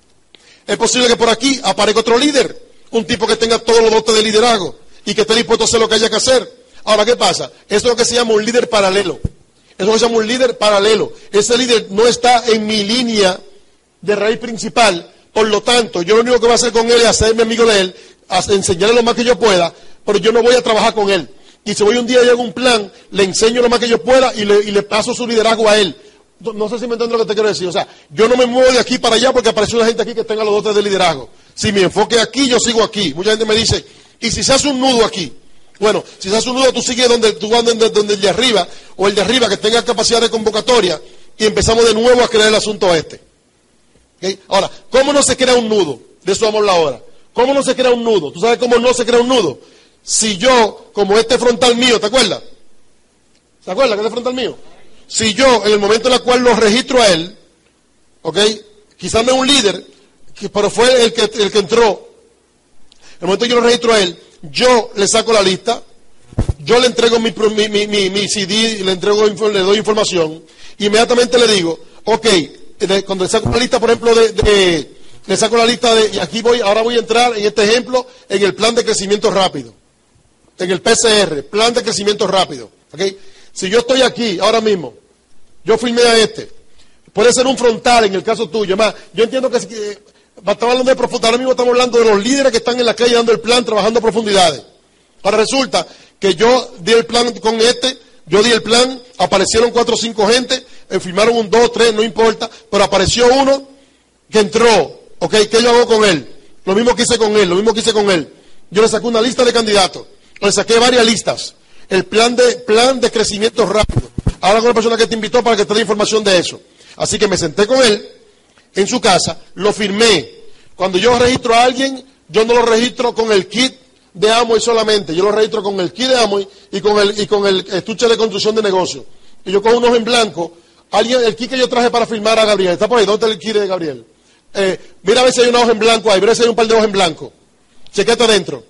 [SPEAKER 1] Es posible que por aquí aparezca otro líder, un tipo que tenga todos los dotes de liderazgo y que esté dispuesto a hacer lo que haya que hacer. Ahora, ¿qué pasa? Eso es lo que se llama un líder paralelo. Eso es lo que se llama un líder paralelo. Ese líder no está en mi línea de raíz principal, por lo tanto, yo lo único que voy a hacer con él es hacerme amigo de él, enseñarle lo más que yo pueda, pero yo no voy a trabajar con él. Y si voy un día y hago un plan, le enseño lo más que yo pueda y le paso su liderazgo a él. No sé si me entiendes lo que te quiero decir. O sea, yo no me muevo de aquí para allá porque apareció una gente aquí que tenga los dotes de liderazgo. Si mi enfoque es aquí, yo sigo aquí. Mucha gente me dice, ¿y si se hace un nudo aquí? Bueno, si se hace un nudo, tú sigues donde el de arriba, o el de arriba que tenga capacidad de convocatoria, y empezamos de nuevo a crear el asunto este. ¿Okay? Ahora, ¿cómo no se crea un nudo? De eso vamos a hablar ahora. ¿Cómo no se crea un nudo? ¿Tú sabes cómo no se crea un nudo? Si yo, como este frontal mío, ¿te acuerdas? ¿Te acuerdas que este frontal mío? Si yo, en el momento en el cual lo registro a él, ¿ok? Quizás no es un líder, pero fue el que entró. En el momento en que yo lo registro a él, yo le saco la lista, yo le entrego mi CD, le doy información, inmediatamente le digo, ok, cuando le saco la lista, por ejemplo, le saco la lista y aquí ahora voy a entrar en este ejemplo, en el plan de crecimiento rápido, en el PCR, plan de crecimiento rápido, ¿ok? Si yo estoy aquí, ahora mismo, yo firmé a este, puede ser un frontal en el caso tuyo, más, yo entiendo que estamos hablando de profundidad, ahora mismo estamos hablando de los líderes que están en la calle dando el plan, trabajando a profundidades. Ahora resulta que yo di el plan con yo di el plan, aparecieron 4 o 5 gente, firmaron un 2, 3, no importa, pero apareció uno que entró, ¿ok? ¿Qué yo hago con él? Lo mismo que hice con él, Yo le saqué una lista de candidatos, le saqué varias listas. El plan de crecimiento rápido. Ahora con la persona que te invitó para que te dé información de eso. Así que me senté con él en su casa, lo firmé. Cuando yo registro a alguien, yo no lo registro con el kit de Amway solamente. Yo lo registro con el kit de Amway y con el estuche de construcción de negocio. Y yo cojo un hoja en blanco. El kit que yo traje para firmar a Gabriel. ¿Está por ahí? ¿Dónde está el kit de Gabriel? Mira a ver si hay una hoja en blanco ahí. Mira si hay un par de hojas en blanco. Chequete adentro.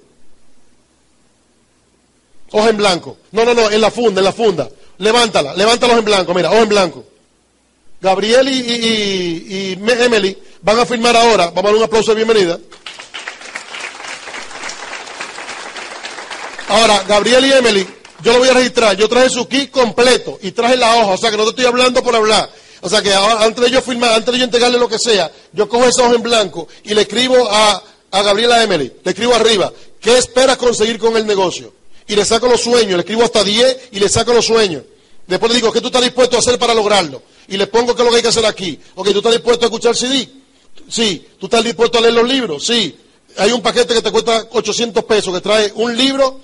[SPEAKER 1] Hoja en blanco. No, en la funda. Levántala hoja en blanco, mira, hoja en blanco. Gabriel y Emily van a firmar ahora. Vamos a dar un aplauso de bienvenida. Ahora, Gabriel y Emily, yo lo voy a registrar. Yo traje su kit completo y traje la hoja. O sea, que no te estoy hablando por hablar. O sea, que antes de yo firmar, antes de yo entregarle lo que sea, yo cojo esa hoja en blanco y le escribo a Gabriel y a Emily. Le escribo arriba. ¿Qué esperas conseguir con el negocio? y le saco los sueños, le escribo hasta 10 y le saco los sueños. Después le digo, ¿qué tú estás dispuesto a hacer para lograrlo? Y le pongo qué es lo que hay que hacer aquí. Ok, ¿tú estás dispuesto a escuchar CD? Sí. ¿Tú estás dispuesto a leer los libros? Sí. Hay un paquete que te cuesta 800 pesos, que trae un libro,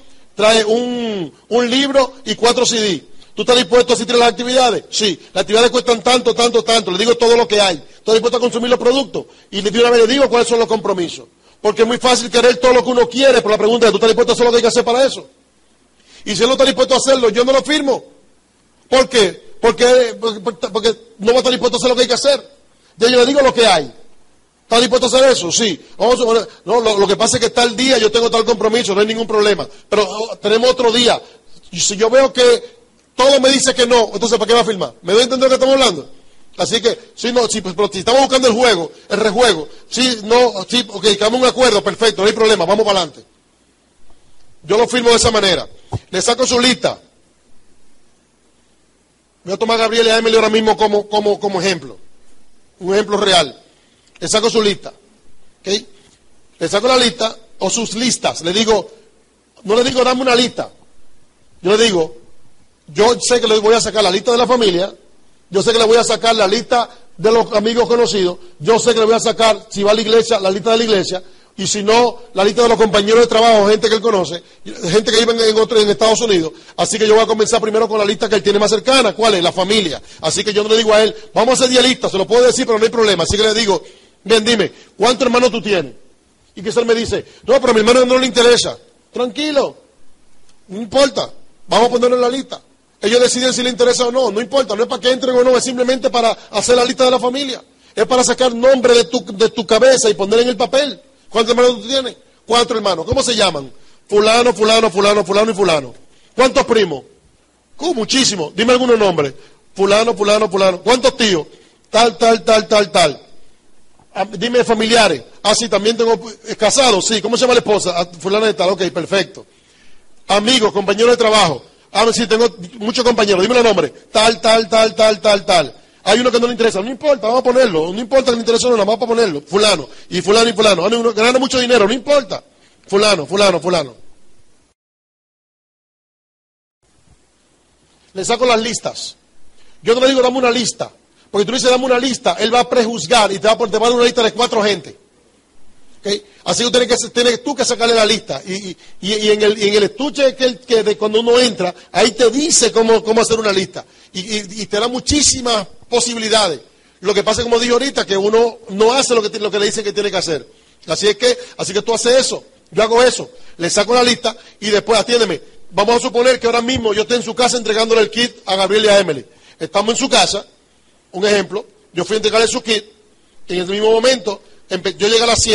[SPEAKER 1] y 4 CD. ¿Tú estás dispuesto a asistir a las actividades? Sí. Las actividades cuestan tanto. Le digo todo lo que hay. ¿Estás dispuesto a consumir los productos? Y de una vez le digo cuáles son los compromisos. Porque es muy fácil querer todo lo que uno quiere, pero la pregunta es, ¿tú estás dispuesto a hacer lo que hay que hacer para eso? Y si él no está dispuesto a hacerlo, yo no lo firmo. ¿Por qué? Porque no va a estar dispuesto a hacer lo que hay que hacer. Ya yo le digo lo que hay. ¿Está dispuesto a hacer eso? Sí. Vamos a suponer, no, lo que pasa es que tal día yo tengo tal compromiso, no hay ningún problema. Pero tenemos otro día. Y si yo veo que todo me dice que no, entonces ¿para qué va a firmar? ¿Me doy a entender lo que estamos hablando? Así que, si estamos buscando el rejuego, ok, quedamos un acuerdo, perfecto, no hay problema, vamos para adelante. Yo lo firmo de esa manera. Le saco su lista. Voy a tomar a Gabriel y a Emily ahora mismo como ejemplo. Un ejemplo real. Le saco su lista. ¿Ok? Le saco la lista o sus listas. Le digo, no le digo dame una lista. Yo le digo, yo sé que le voy a sacar la lista de la familia. Yo sé que le voy a sacar la lista de los amigos conocidos. Yo sé que le voy a sacar, si va a la iglesia, la lista de la iglesia. Y si no, la lista de los compañeros de trabajo, gente que él conoce, gente que vive en Estados Unidos. Así que yo voy a comenzar primero con la lista que él tiene más cercana. ¿Cuál es? La familia. Así que yo no le digo a él, vamos a hacer 10 listas, se lo puedo decir, pero no hay problema. Así que le digo, bien, dime, ¿cuántos hermanos tú tienes? Y que él me dice, no, pero a mi hermano no le interesa. Tranquilo, no importa, vamos a ponerlo en la lista. Ellos deciden si le interesa o no, no importa, no es para que entren o no, es simplemente para hacer la lista de la familia. Es para sacar nombre de tu cabeza y poner en el papel. ¿Cuántos hermanos tú tienes? 4 hermanos. ¿Cómo se llaman? Fulano, fulano, fulano, fulano y fulano. ¿Cuántos primos? Muchísimos. Dime algunos nombres. Fulano, fulano, fulano. ¿Cuántos tíos? Tal. Dime familiares. Ah, sí, también tengo casados. Sí, ¿cómo se llama la esposa? Fulana de tal. Ok, perfecto. Amigos, compañeros de trabajo. Ah, sí, tengo muchos compañeros. Dime los nombres. Tal. Hay uno que no le interesa, no importa, vamos a ponerlo. No importa que le interese o no, vamos a ponerlo. Fulano, y fulano, y fulano. Uno gana mucho dinero, no importa. Fulano. Le saco las listas. Yo no le digo, dame una lista. Porque tú le dices, dame una lista, él va a prejuzgar y te va a dar una lista de 4 gente. ¿Okay? Así que tienes tú que sacarle la lista. Y en el estuche que de cuando uno entra, ahí te dice cómo hacer una lista. Y te da muchísimas posibilidades. Lo que pasa, como dije ahorita, que uno no hace lo que le dicen que tiene que hacer. Así que tú haces eso, yo hago eso, le saco la lista y después atiéndeme. Vamos a suponer que ahora mismo yo esté en su casa entregándole el kit a Gabriel y a Emily. Estamos en su casa, un ejemplo, yo fui a entregarle su kit, y en ese mismo momento, yo llegué a las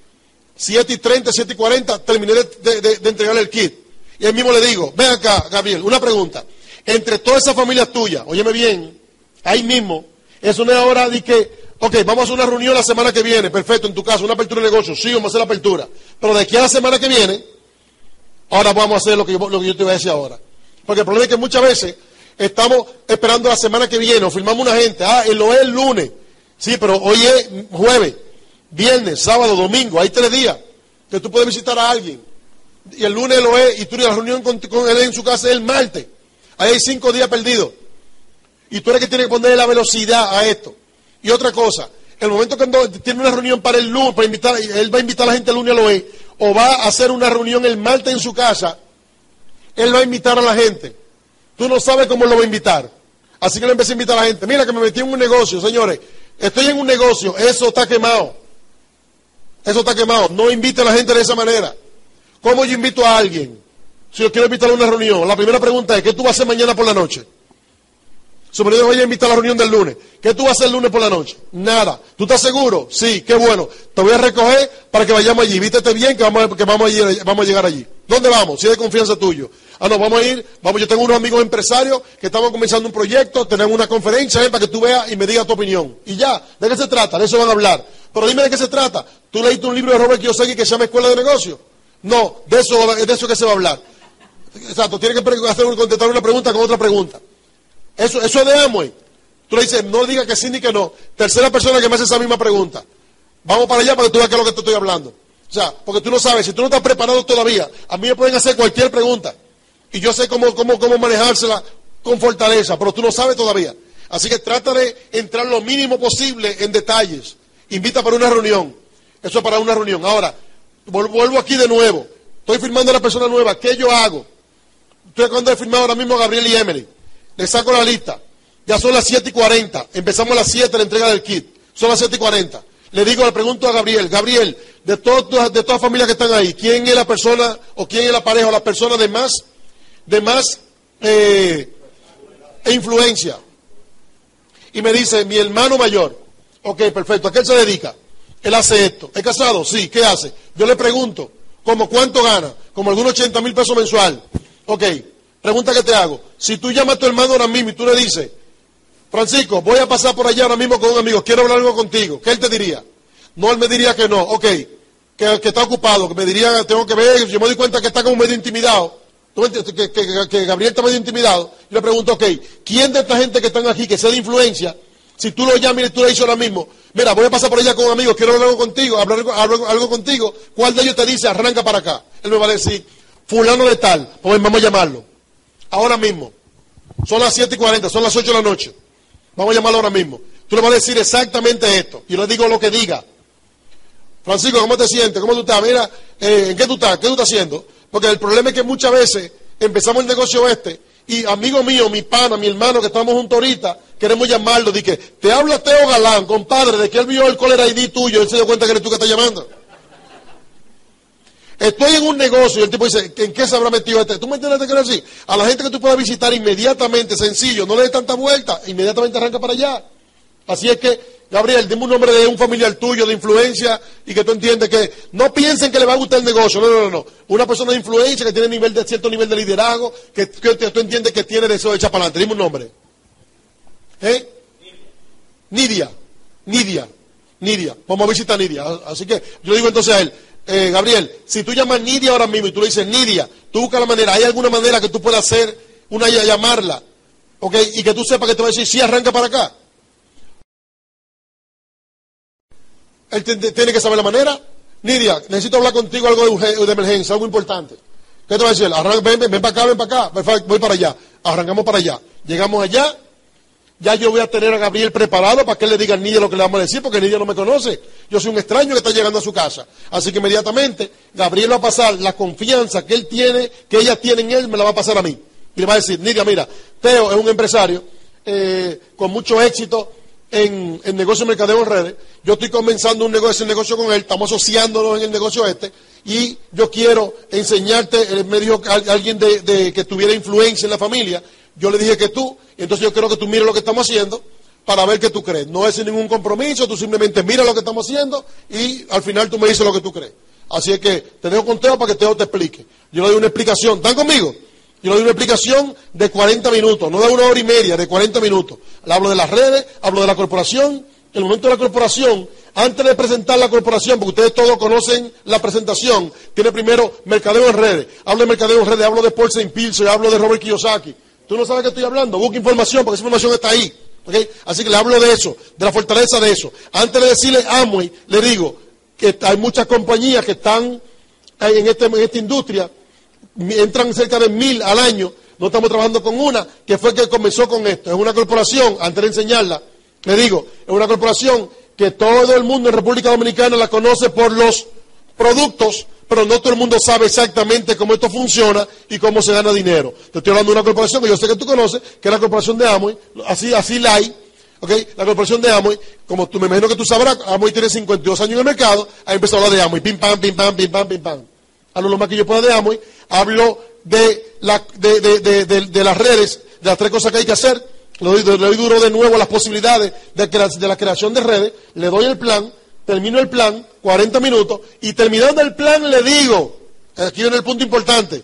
[SPEAKER 1] 7:30, 7:40, terminé de entregarle el kit. Y él mismo le digo, ven acá, Gabriel, una pregunta. Entre todas esas familias tuyas, óyeme bien, ahí mismo, es una hora de que, ok, vamos a hacer una reunión la semana que viene, perfecto, en tu caso, una apertura de negocio, sí, vamos a hacer la apertura. Pero de aquí a la semana que viene, ahora vamos a hacer lo que yo te voy a decir ahora. Porque el problema es que muchas veces estamos esperando la semana que viene, o firmamos una gente, lo es el lunes, sí, pero hoy es jueves, viernes, sábado, domingo, hay 3 días que tú puedes visitar a alguien. Y el lunes lo es, y tú la reunión con él en su casa es el martes. Ahí hay 5 días perdidos. Y tú eres que tienes que ponerle la velocidad a esto. Y otra cosa, el momento cuando tiene una reunión para el lunes, él va a invitar a la gente el lunes a lo es, o va a hacer una reunión el martes en su casa, él va a invitar a la gente. Tú no sabes cómo lo va a invitar. Así que le empecé a invitar a la gente. Mira que me metí en un negocio, señores. Estoy en un negocio, eso está quemado. Eso está quemado. No invite a la gente de esa manera. ¿Cómo yo invito a alguien? Si yo quiero invitar a una reunión, la primera pregunta es, ¿qué tú vas a hacer mañana por la noche? Suponiendo que voy a invitar a la reunión del lunes. ¿Qué tú vas a hacer el lunes por la noche? Nada. ¿Tú estás seguro? Sí, qué bueno. Te voy a recoger para que vayamos allí. Vítete bien que vamos a llegar allí. ¿Dónde vamos? Si es de confianza tuyo. No, vamos a ir. Yo tengo unos amigos empresarios que estamos comenzando un proyecto, tenemos una conferencia para que tú veas y me digas tu opinión. Y ya, ¿de qué se trata? De eso van a hablar. Pero dime de qué se trata. ¿Tú leíste un libro de Robert Kiyosaki que se llama Escuela de Negocios? No, de eso que se va a hablar. Exacto, tienes que contestar una pregunta con otra pregunta. Eso es de Amway. Tú le dices, no diga que sí ni que no. Tercera persona que me hace esa misma pregunta. Vamos para allá para que tú veas qué es lo que te estoy hablando. O sea, porque tú no sabes, si tú no estás preparado todavía, a mí me pueden hacer cualquier pregunta. y yo sé cómo manejársela con fortaleza, pero tú no sabes todavía. Así que trata de entrar lo mínimo posible en detalles. Invita para una reunión. Eso es para una reunión. Ahora, vuelvo aquí de nuevo. Estoy firmando a la persona nueva. ¿Qué yo hago? Estoy acabando de firmar ahora mismo a Gabriel y Emily. Le saco la lista. Ya son las 7:40. Empezamos a las 7 la entrega del kit. Son las 7:40. Le pregunto a Gabriel, de todas familias que están ahí, ¿quién es la persona o quién es la pareja o la persona de más influencia? Y me dice, mi hermano mayor. Ok, perfecto. ¿A qué él se dedica? Él hace esto. ¿Es casado? Sí. ¿Qué hace? Yo le pregunto, ¿cuánto gana? Como algunos 80,000 pesos mensual. Ok, pregunta que te hago. Si tú llamas a tu hermano ahora mismo y tú le dices, Francisco, voy a pasar por allá ahora mismo con un amigo, quiero hablar algo contigo, ¿qué él te diría? No, él me diría que no. Ok, que está ocupado, que me diría, tengo que ver, yo me doy cuenta que está como medio intimidado. ¿Tú me entiendes? Que Gabriel está medio intimidado. Yo le pregunto, ok, ¿quién de esta gente que están aquí, que sea de influencia, si tú lo llamas y tú le dices ahora mismo, mira, voy a pasar por allá con un amigo, quiero hablar algo contigo, hablar algo contigo, ¿cuál de ellos te dice, arranca para acá? Él me va a decir, fulano de tal, pues vamos a llamarlo. Ahora mismo. Son las 7:40, son las 8 de la noche. Vamos a llamarlo ahora mismo. Tú le vas a decir exactamente esto. Yo le digo lo que diga. Francisco, ¿cómo te sientes? ¿Cómo tú estás? Mira, ¿en qué tú estás? ¿Qué tú estás haciendo? Porque el problema es que muchas veces empezamos el negocio y amigo mío, mi pana, mi hermano, que estamos juntos ahorita, queremos llamarlo. Dice, te habla Teo Galán, compadre, de que él vio el caller ID tuyo, él se dio cuenta que eres tú que estás llamando. Estoy en un negocio y el tipo dice, ¿en qué se habrá metido este? ¿Tú me entiendes lo que quiero decir? A la gente que tú puedas visitar inmediatamente, sencillo, no le des tanta vuelta, inmediatamente arranca para allá. Así es que, Gabriel, dime un nombre de un familiar tuyo, de influencia, y que tú entiendes que no piensen que le va a gustar el negocio, no. Una persona de influencia que tiene cierto nivel de liderazgo, que tú entiendes que tiene deseo de echar para adelante. Dime un nombre. Nidia. Vamos a visitar a Nidia. Así que yo digo entonces a él, Gabriel, si tú llamas a Nidia ahora mismo y tú le dices, Nidia, tú buscas la manera, ¿hay alguna manera que tú puedas hacer llamarla? ¿Ok? Y que tú sepas que te va a decir, sí, arranca para acá. Él tiene que saber la manera. Nidia, necesito hablar contigo algo de emergencia, algo importante. ¿Qué te va a decir? Ven para acá, voy para allá. Arrancamos para allá. Llegamos allá. Ya yo voy a tener a Gabriel preparado para que él le diga a Nidia lo que le vamos a decir, porque Nidia no me conoce. Yo soy un extraño que está llegando a su casa. Así que inmediatamente Gabriel va a pasar la confianza que ella tiene en él, me la va a pasar a mí. Y le va a decir, Nidia, mira, Teo es un empresario con mucho éxito en negocio de mercadeo en redes. Yo estoy comenzando ese negocio con él, estamos asociándonos en el negocio y yo quiero enseñarte, me dijo alguien que tuviera influencia en la familia. Yo le dije que tú, entonces yo quiero que tú mires lo que estamos haciendo para ver qué tú crees. No es sin ningún compromiso, tú simplemente mira lo que estamos haciendo y al final tú me dices lo que tú crees. Así es que te dejo con Teo para que Teo te explique. Yo le doy una explicación. ¿Están conmigo? Yo le doy una explicación de 40 minutos, no de 1 hora y media, de 40 minutos. Le hablo de las redes, hablo de la corporación. En el momento de la corporación, antes de presentar la corporación, porque ustedes todos conocen la presentación, tiene primero mercadeo en redes. Hablo de mercadeo en redes, hablo de Paul St. Pilser, hablo de Robert Kiyosaki. Tú no sabes qué estoy hablando, busca información, porque esa información está ahí. ¿Okay? Así que le hablo de eso, de la fortaleza de eso. Antes de decirle Amway, le digo que hay muchas compañías que están en esta industria, entran cerca de 1,000 al año. No estamos trabajando con una, que fue que comenzó con esto. Es una corporación, antes de enseñarla, le digo, es una corporación que todo el mundo en República Dominicana la conoce por los productos, pero no todo el mundo sabe exactamente cómo esto funciona y cómo se gana dinero. Te estoy hablando de una corporación que yo sé que tú conoces, que es la corporación de Amway, así la hay, ¿okay? La corporación de Amway, como tú me imagino que tú sabrás, Amway tiene 52 años en el mercado, ahí empezó a hablar de Amway, pim pam, pim pam, pim pam, pim pam. Hablo lo más que yo pueda de Amway, hablo de las redes, de las 3 cosas que hay que hacer, le doy duro de nuevo a las posibilidades de la creación de redes, le doy el plan, termino el plan, 40 minutos, y terminando el plan le digo, aquí viene el punto importante.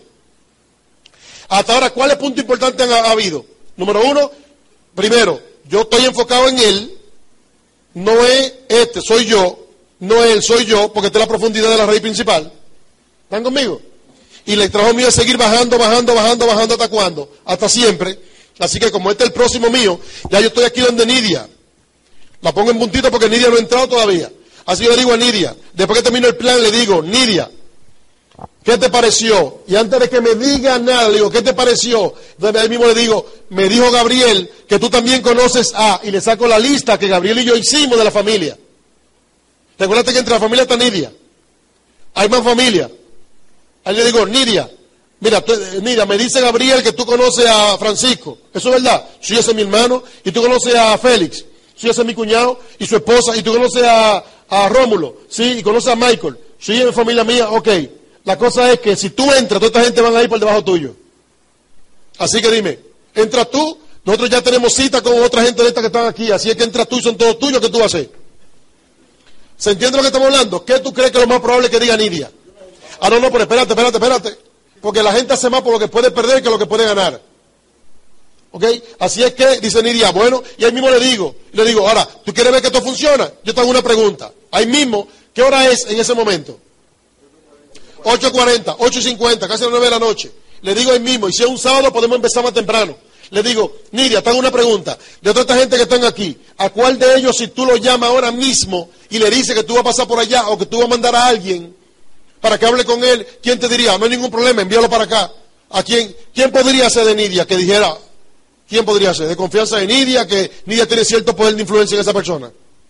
[SPEAKER 1] Hasta ahora, ¿cuáles puntos importantes ha habido? Número 1, primero, yo estoy enfocado en él, no es soy yo, no es él, soy yo, porque esta es la profundidad de la raíz principal. ¿Están conmigo? Y el trabajo mío es seguir bajando, ¿hasta cuándo? Hasta siempre. Así que como este es el próximo mío, ya yo estoy aquí donde Nidia. La pongo en puntito porque Nidia no ha entrado todavía. Así yo le digo a Nidia, después que termino el plan, le digo, Nidia, ¿qué te pareció? Y antes de que me diga nada, le digo, ¿qué te pareció? Entonces ahí mismo le digo, me dijo Gabriel que tú también conoces a, y le saco la lista que Gabriel y yo hicimos de la familia. Recuérdate que entre la familia está Nidia. Hay más familia. Ahí le digo, Nidia, mira, Nidia, me dice Gabriel que tú conoces a Francisco. ¿Eso es verdad? Sí, ese es mi hermano. Y tú conoces a Félix. Sí, ese es mi cuñado y su esposa. Y tú conoces a Rómulo. Sí, y conoces a Michael. Sí, es familia mía. Ok. La cosa es que si tú entras, toda esta gente van a ir por debajo tuyo. Así que dime, entras tú, nosotros ya tenemos cita con otra gente de esta que están aquí. Así es que entras tú y son todos tuyos, ¿qué tú vas a hacer? ¿Se entiende lo que estamos hablando? ¿Qué tú crees que es lo más probable que diga Nidia? Ah, no, pero espérate. Porque la gente hace más por lo que puede perder que lo que puede ganar. ¿Ok? Así es que, dice Nidia, bueno, y ahí mismo le digo, ahora, ¿tú quieres ver que esto funciona? Yo te hago una pregunta. Ahí mismo, ¿qué hora es en ese momento? 8:40, 8:50, casi las 9 de la noche. Le digo ahí mismo, y si es un sábado podemos empezar más temprano. Le digo, Nidia, te hago una pregunta. De toda esta gente que están aquí, ¿a cuál de ellos, si tú lo llamas ahora mismo y le dices que tú vas a pasar por allá o que tú vas a mandar a alguien para que hable con él, quién te diría? No hay ningún problema, envíalo para acá. ¿A quién podría ser de Nidia que dijera? ¿Quién podría ser? ¿De confianza de Nidia, que Nidia tiene cierto poder de influencia en esa persona?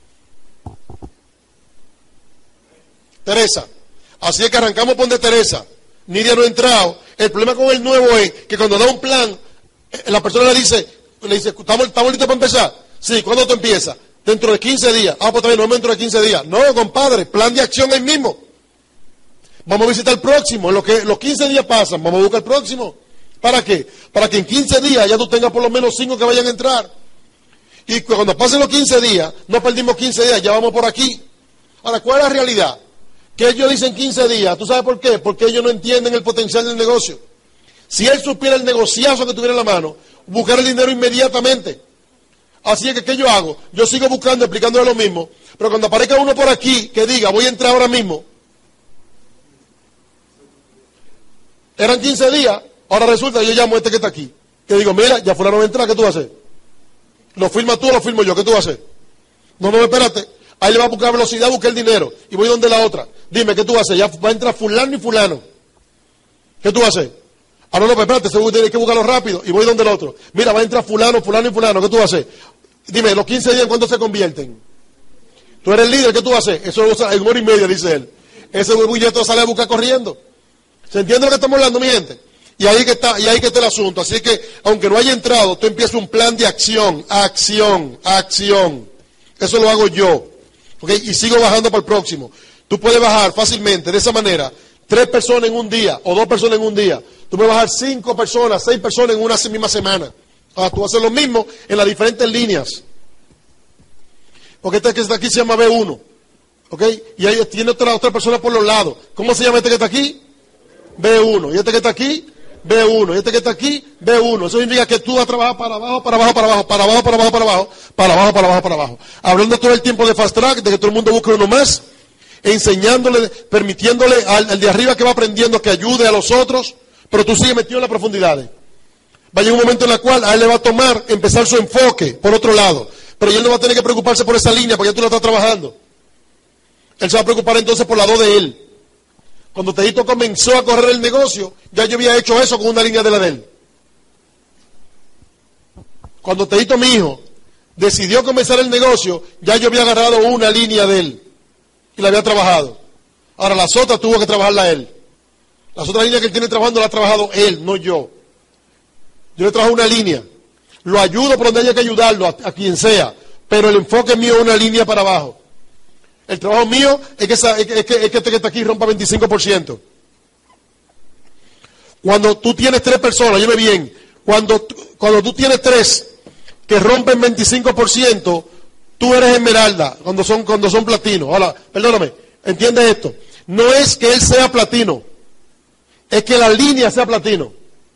[SPEAKER 1] Teresa. Así es que arrancamos por de Teresa. Nidia no ha entrado. El problema con el nuevo es que cuando da un plan, la persona le dice, ¿estamos listos para empezar? Sí, ¿cuándo tú empiezas? Dentro de 15 días. Ah, pues también no dentro de 15 días. No, compadre, plan de acción ahí mismo. Vamos a visitar el próximo. En lo que los 15 días pasan, vamos a buscar el próximo. ¿Para qué? Para que en 15 días ya tú tengas por lo menos 5 que vayan a entrar. Y cuando pasen los 15 días, no perdimos 15 días, ya vamos por aquí. Ahora, ¿cuál es la realidad? Que ellos dicen 15 días. ¿Tú sabes por qué? Porque ellos no entienden el potencial del negocio. Si él supiera el negociazo que tuviera en la mano, buscar el dinero inmediatamente. Así es que, ¿qué yo hago? Yo sigo buscando, explicándole lo mismo. Pero cuando aparezca uno por aquí que diga, voy a entrar ahora mismo. Eran 15 días, ahora resulta que yo llamo a este que está aquí. Que digo, mira, ya fulano va a entrar, ¿qué tú vas a hacer? ¿Lo firmas tú o lo firmo yo? ¿Qué tú vas a hacer? No, espérate. Ahí le va a buscar velocidad, buscar el dinero. Y voy donde la otra. Dime, ¿qué tú vas a hacer? Ya va a entrar fulano y fulano. ¿Qué tú vas a hacer? Ah, no, espérate, tienes que buscarlo rápido. Y voy donde el otro. Mira, va a entrar fulano y fulano. ¿Qué tú vas a hacer? Dime, los 15 días, ¿en cuánto se convierten? Tú eres el líder, ¿qué tú vas a hacer? Eso en 1 hora y media, dice él. Ese bulleto sale a buscar corriendo. ¿Se entiende lo que estamos hablando, mi gente? Y ahí que está el asunto. Así que, aunque no haya entrado, tú empiezas un plan de acción. Eso lo hago yo. ¿Okay? Y sigo bajando para el próximo. Tú puedes bajar fácilmente, de esa manera, 3 personas en un día, o 2 personas en un día. Tú puedes bajar 5 personas, 6 personas en una misma semana. Ahora, tú vas a hacer lo mismo en las diferentes líneas. Porque este que está aquí se llama B1. ¿Ok? Y ahí tiene otra persona por los lados. ¿Cómo se llama este que está aquí? B1. ¿Y este que está aquí? B1. ¿Y este que está aquí? B1. Eso significa que tú vas a trabajar para abajo. Hablando todo el tiempo de fast track, de que todo el mundo busque uno más, enseñándole, permitiéndole al de arriba que va aprendiendo que ayude a los otros, pero tú sigues metido en las profundidades. Va a llegar un momento en el cual a él le va a tomar empezar su enfoque por otro lado, pero él no va a tener que preocuparse por esa línea porque ya tú la estás trabajando. Él se va a preocupar entonces por la 2 de él. Cuando Teito comenzó a correr el negocio, ya yo había hecho eso con una línea de la de él. Cuando Teito, mi hijo, decidió comenzar el negocio, ya yo había agarrado una línea de él y la había trabajado. Ahora las otras tuvo que trabajarla él. Las otras líneas que él tiene trabajando las ha trabajado él, no yo. Yo le trabajo una línea. Lo ayudo por donde haya que ayudarlo, a quien sea, pero el enfoque mío es una línea para abajo. El trabajo mío es que este que está aquí rompa 25%. Cuando tú tienes 3 personas, oye bien, cuando tú tienes 3 que rompen 25%, tú eres esmeralda, cuando son platino. Ahora, perdóname, entiende esto. No es que él sea platino, es que la línea sea platino.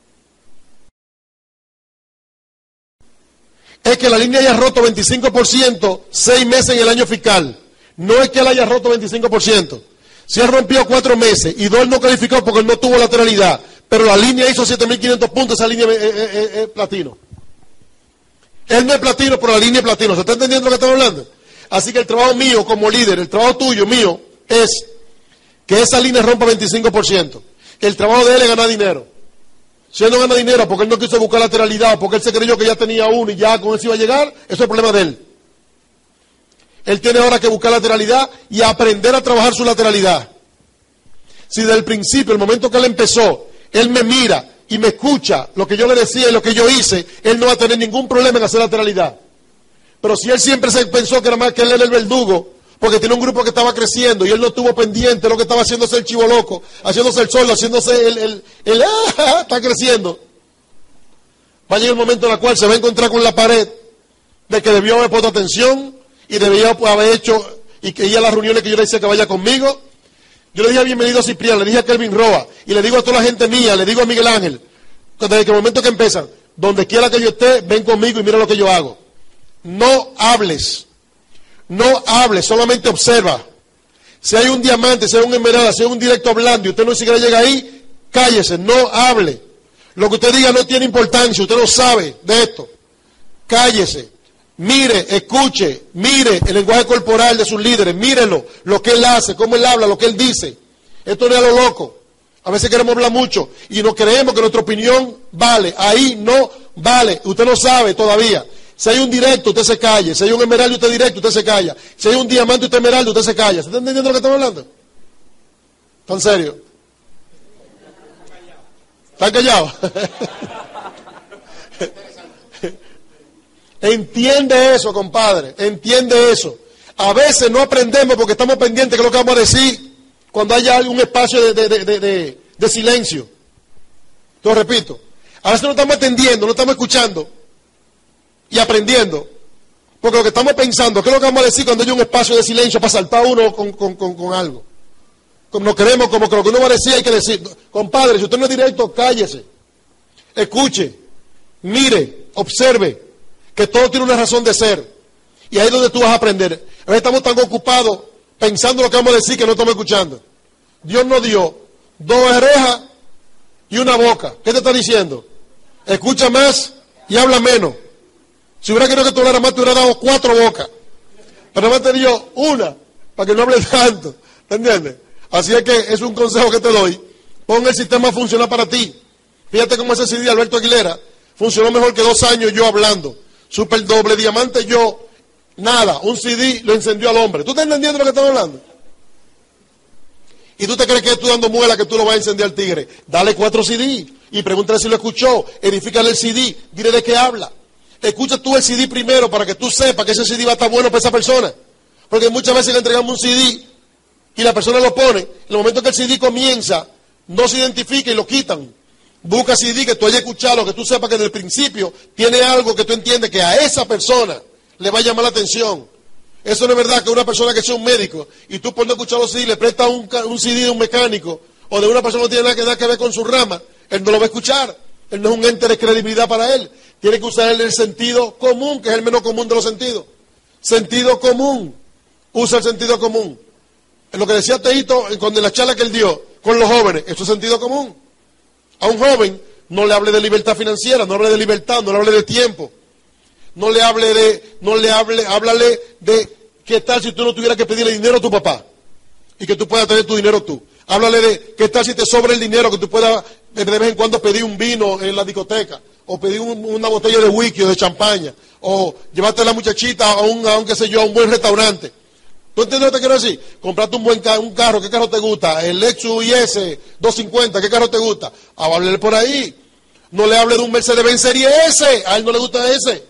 [SPEAKER 1] Es que la línea haya roto 25% 6 meses en el año fiscal. No es que él haya roto 25%. Si él rompió 4 meses y 2 no calificó porque él no tuvo lateralidad, pero la línea hizo 7.500 puntos, esa línea es platino. Él no es platino, pero la línea es platino. ¿Se está entendiendo lo que estamos hablando? Así que el trabajo mío como líder, el trabajo tuyo, mío, es que esa línea rompa 25%. El trabajo de él es ganar dinero. Si él no gana dinero porque él no quiso buscar lateralidad, porque él se creyó que ya tenía uno y ya con eso iba a llegar, eso es el problema de él. Él tiene ahora que buscar lateralidad y aprender a trabajar su lateralidad. Si desde el principio, el momento que él empezó, él me mira y me escucha lo que yo le decía y lo que yo hice, él no va a tener ningún problema en hacer lateralidad. Pero si él siempre se pensó que era más que él era el verdugo, porque tiene un grupo que estaba creciendo y él no estuvo pendiente, lo que estaba haciéndose el chivo loco, haciéndose el solo, haciéndose está creciendo. Va a llegar el momento en el cual se va a encontrar con la pared de que debió haber puesto atención y debió haber hecho, y que ir a las reuniones que yo le decía que vaya conmigo. Yo le dije bienvenido a Ciprián, le dije a Kelvin Roa, y le digo a toda la gente mía, le digo a Miguel Ángel, desde el momento que empiezan, donde quiera que yo esté, ven conmigo y mira lo que yo hago. No hables, solamente observa. Si hay un diamante, si hay un esmeralda, si hay un directo hablando y usted no siquiera llega ahí, cállese, no hable. Lo que usted diga no tiene importancia, usted no sabe de esto. Cállese, mire, escuche, mire el lenguaje corporal de sus líderes, mírelo, lo que él hace, cómo él habla, lo que él dice. Esto no es a lo loco. A veces queremos hablar mucho y no creemos que nuestra opinión vale. Ahí no vale, usted no sabe todavía. Si hay un directo, usted se calla. Si hay un esmeralda, usted directo, usted se calla. Si hay un diamante, usted esmeralda, usted se calla. ¿Se está entendiendo lo que estamos hablando? ¿Están serios? ¿Están callados? Entiende eso, compadre. Entiende eso. A veces no aprendemos porque estamos pendientes de lo que vamos a decir cuando haya algún espacio de silencio. Lo repito. A veces no estamos atendiendo, no estamos escuchando y aprendiendo, porque lo que estamos pensando, ¿qué es lo que vamos a decir cuando hay un espacio de silencio para saltar uno con algo? Como no queremos, como que lo que uno va a decir hay que decir. Compadre, si usted no es directo, cállese, escuche, mire, observe, que todo tiene una razón de ser, y ahí es donde tú vas a aprender. A veces estamos tan ocupados pensando lo que vamos a decir que no estamos escuchando. Dios nos dio 2 orejas y una boca. ¿Qué te está diciendo? Escucha más y habla menos. Si hubiera querido que tú hablaras más, te hubiera dado 4 bocas. Pero no te dio una, para que no hable tanto. ¿Te entiendes? Así es que es un consejo que te doy. Pon el sistema a funcionar para ti. Fíjate cómo ese CD de Alberto Aguilera funcionó mejor que 2 años yo hablando. Super doble diamante yo, nada. Un CD lo encendió al hombre. ¿Tú estás entendiendo lo que estamos hablando? Y tú te crees que tú dando muela que tú lo vas a encender al tigre. Dale 4 CD y pregúntale si lo escuchó. Edifícale el CD. Dile de qué habla. Escucha tú el CD primero para que tú sepas que ese CD va a estar bueno para esa persona. Porque muchas veces le entregamos un CD y la persona lo pone. En el momento que el CD comienza, no se identifica y lo quitan. Busca CD que tú hayas escuchado, que tú sepas que desde el principio tiene algo que tú entiendes que a esa persona le va a llamar la atención. Eso no es verdad que una persona que sea un médico y tú por no escuchar los CD le prestas un CD de un mecánico o de una persona que no tiene nada que ver con su rama, él no lo va a escuchar. Él no es un ente de credibilidad para él. Tiene que usar el sentido común, que es el menos común de los sentidos. Sentido común. Usa el sentido común. En lo que decía Teito, cuando en la charla que él dio con los jóvenes, eso es sentido común. A un joven no le hable de libertad financiera, no hable de libertad, no le hable de tiempo. Háblale de qué tal si tú no tuvieras que pedirle dinero a tu papá y que tú puedas tener tu dinero tú. Háblale de qué tal si te sobra el dinero que tú puedas de vez en cuando pedir un vino en la discoteca, o pedir una botella de whisky o de champaña, o llevarte a la muchachita a un buen restaurante. ¿Tú entiendes lo que te quiero decir? Comprarte un carro, ¿qué carro te gusta? El Lexus IS 250, ¿qué carro te gusta? Háblale por ahí. No le hable de un Mercedes-Benz Serie S, a él no le gusta ese.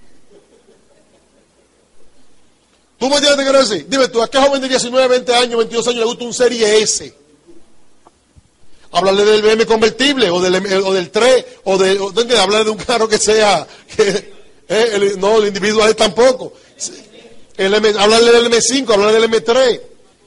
[SPEAKER 1] ¿Tú me entiendes lo que te quiero decir? Dime tú, ¿a qué joven de 19, 20 años, 22 años le gusta un Serie S? Háblale del BM convertible, o del 3, háblale de un carro que sea, el individual tampoco. Háblale del M5, háblale del M3.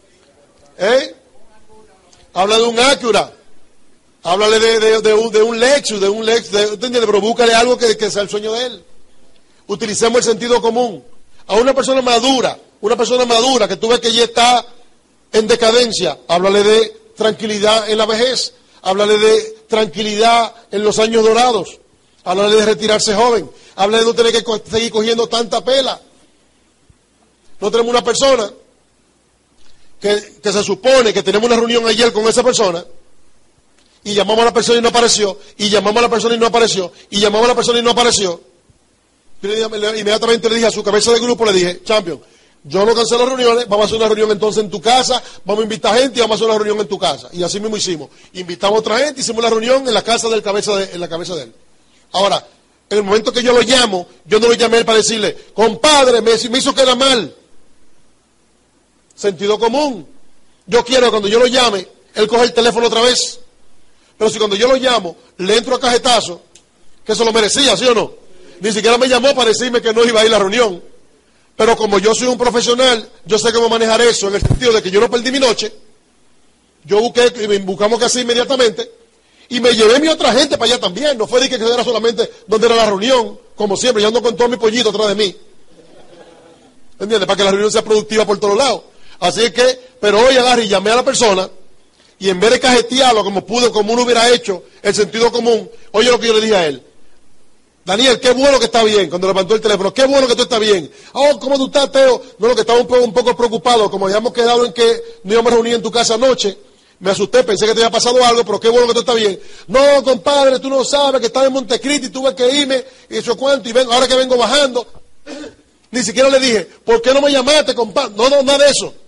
[SPEAKER 1] Habla de un Acura. Háblale de un Lexus, ¿entiendes? Pero búscale algo que sea el sueño de él. Utilicemos el sentido común. A una persona madura que tú ves que ya está en decadencia, háblale de tranquilidad en la vejez, háblale de tranquilidad en los años dorados, háblale de retirarse joven, háblale de no tener que seguir cogiendo tanta pela. No tenemos una persona que se supone que tenemos una reunión ayer con esa persona y llamamos a la persona y no apareció, y llamamos a la persona y no apareció, y llamamos a la persona y no apareció. Inmediatamente le dije a su cabeza de grupo, le dije, Champion, yo no cancelo reuniones, vamos a hacer una reunión entonces en tu casa, vamos a invitar gente y vamos a hacer una reunión en tu casa. Y así mismo hicimos. Invitamos a otra gente, hicimos la reunión en la casa del en la cabeza de él. Ahora, en el momento que yo lo llamo, yo no lo llamé a él para decirle, compadre, me hizo quedar mal. Sentido común. Yo quiero que cuando yo lo llame, él coge el teléfono otra vez. Pero si cuando yo lo llamo, le entro a cajetazo, que eso lo merecía, ¿sí o no? Ni siquiera me llamó para decirme que no iba a ir a la reunión. Pero como yo soy un profesional, yo sé cómo manejar eso, en el sentido de que yo no perdí mi noche. Yo buscamos que así inmediatamente. Y me llevé mi otra gente para allá también. No fue de que era solamente donde era la reunión, como siempre, yo ando con todo mi pollito atrás de mí. ¿Entiendes? Para que la reunión sea productiva por todos lados. Así que, pero hoy agarré y llamé a la persona, y en vez de cajetearlo como pudo, como uno hubiera hecho, el sentido común, oye lo que yo le dije a él. Daniel, qué bueno que está bien, cuando levantó el teléfono, qué bueno que tú estás bien. Oh, ¿cómo tú estás, Teo? No, lo que estaba un poco preocupado, como habíamos quedado en que nos íbamos a reunir en tu casa anoche, me asusté, pensé que te había pasado algo, pero qué bueno que tú estás bien. No, compadre, tú no sabes que estaba en Montecristi y tuve que irme, y eso cuánto, y vengo, ahora que vengo bajando, ni siquiera le dije, ¿por qué no me llamaste, compadre? No, nada de eso.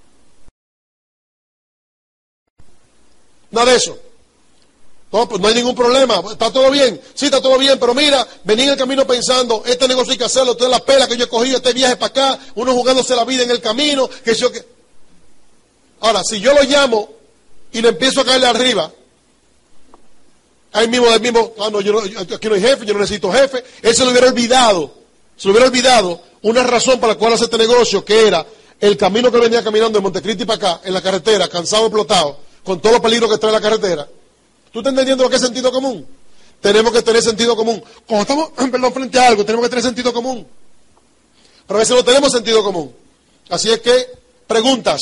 [SPEAKER 1] Nada de eso. No, pues no hay ningún problema, está todo bien, sí está todo bien, pero mira, vení en el camino pensando, este negocio hay que hacerlo, toda la pela que yo he cogido, este viaje para acá, uno jugándose la vida en el camino, que yo que... Ahora, si yo lo llamo y le empiezo a caerle arriba, ahí mismo, no, aquí no hay jefe, yo no necesito jefe, él se le hubiera olvidado una razón para la cual hace este negocio, que era el camino que venía caminando de Montecristi para acá, en la carretera, cansado, explotado, con todos los peligros que trae la carretera. ¿Tú estás entendiendo lo que es sentido común? Tenemos que tener sentido común. Cuando estamos, frente a algo, tenemos que tener sentido común. Pero a veces no tenemos sentido común. Así es que, preguntas.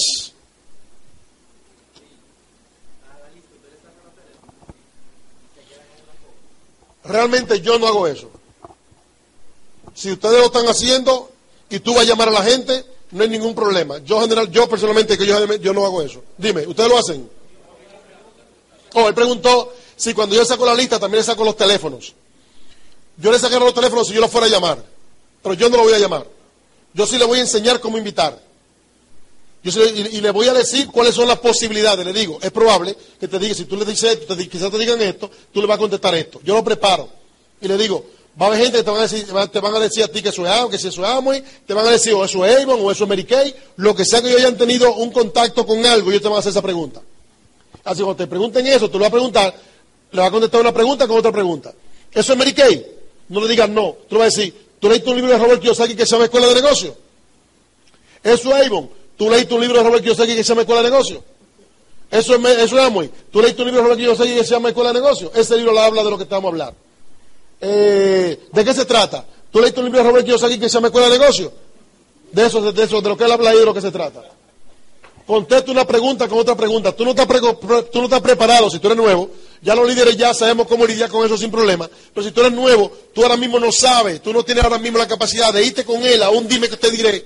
[SPEAKER 1] Realmente yo no hago eso. Si ustedes lo están haciendo y tú vas a llamar a la gente, no hay ningún problema. Yo personalmente, yo no hago eso. Dime, ¿ustedes lo hacen? Oh, él preguntó si cuando yo saco la lista también le saco los teléfonos. Yo le sacaría los teléfonos si yo lo fuera a llamar, pero yo no lo voy a llamar. Yo sí le voy a enseñar cómo invitar. Y le voy a decir cuáles son las posibilidades. Le digo, es probable que te diga, si tú le dices esto, quizás te digan esto, tú le vas a contestar esto. Yo lo preparo y le digo, va a haber gente que te van a decir a ti que eso es Amway, que si eso es Amway, te van a decir o eso es Avon o eso es Mary Kay, lo que sea que ellos hayan tenido un contacto con algo, ellos te van a hacer esa pregunta. Así cuando te pregunten eso, tú le vas a preguntar, le vas a contestar una pregunta con otra pregunta. ¿Eso es Mary Kay? No le digas no. Tú le vas a decir, ¿tú leíste un libro de Robert Kiyosaki que se llama Escuela de Negocios? ¿Eso es Avon? ¿Tú leíste un libro de Robert Kiyosaki que se llama Escuela de Negocios? ¿Eso es Amway? ¿Tú leíste un libro de Robert Kiyosaki que se llama Escuela de Negocios? Ese libro le habla de lo que estamos a hablar. ¿De qué se trata? ¿Tú leíste un libro de Robert Kiyosaki que se llama Escuela de Negocios? De lo que él habla ahí, de lo que se trata. Contesta una pregunta con otra pregunta. Tú no estás preparado, si tú eres nuevo. Ya los líderes ya sabemos cómo lidiar con eso sin problema. Pero si tú eres nuevo, tú ahora mismo no sabes, tú no tienes ahora mismo la capacidad de irte con él a un dime que te diré.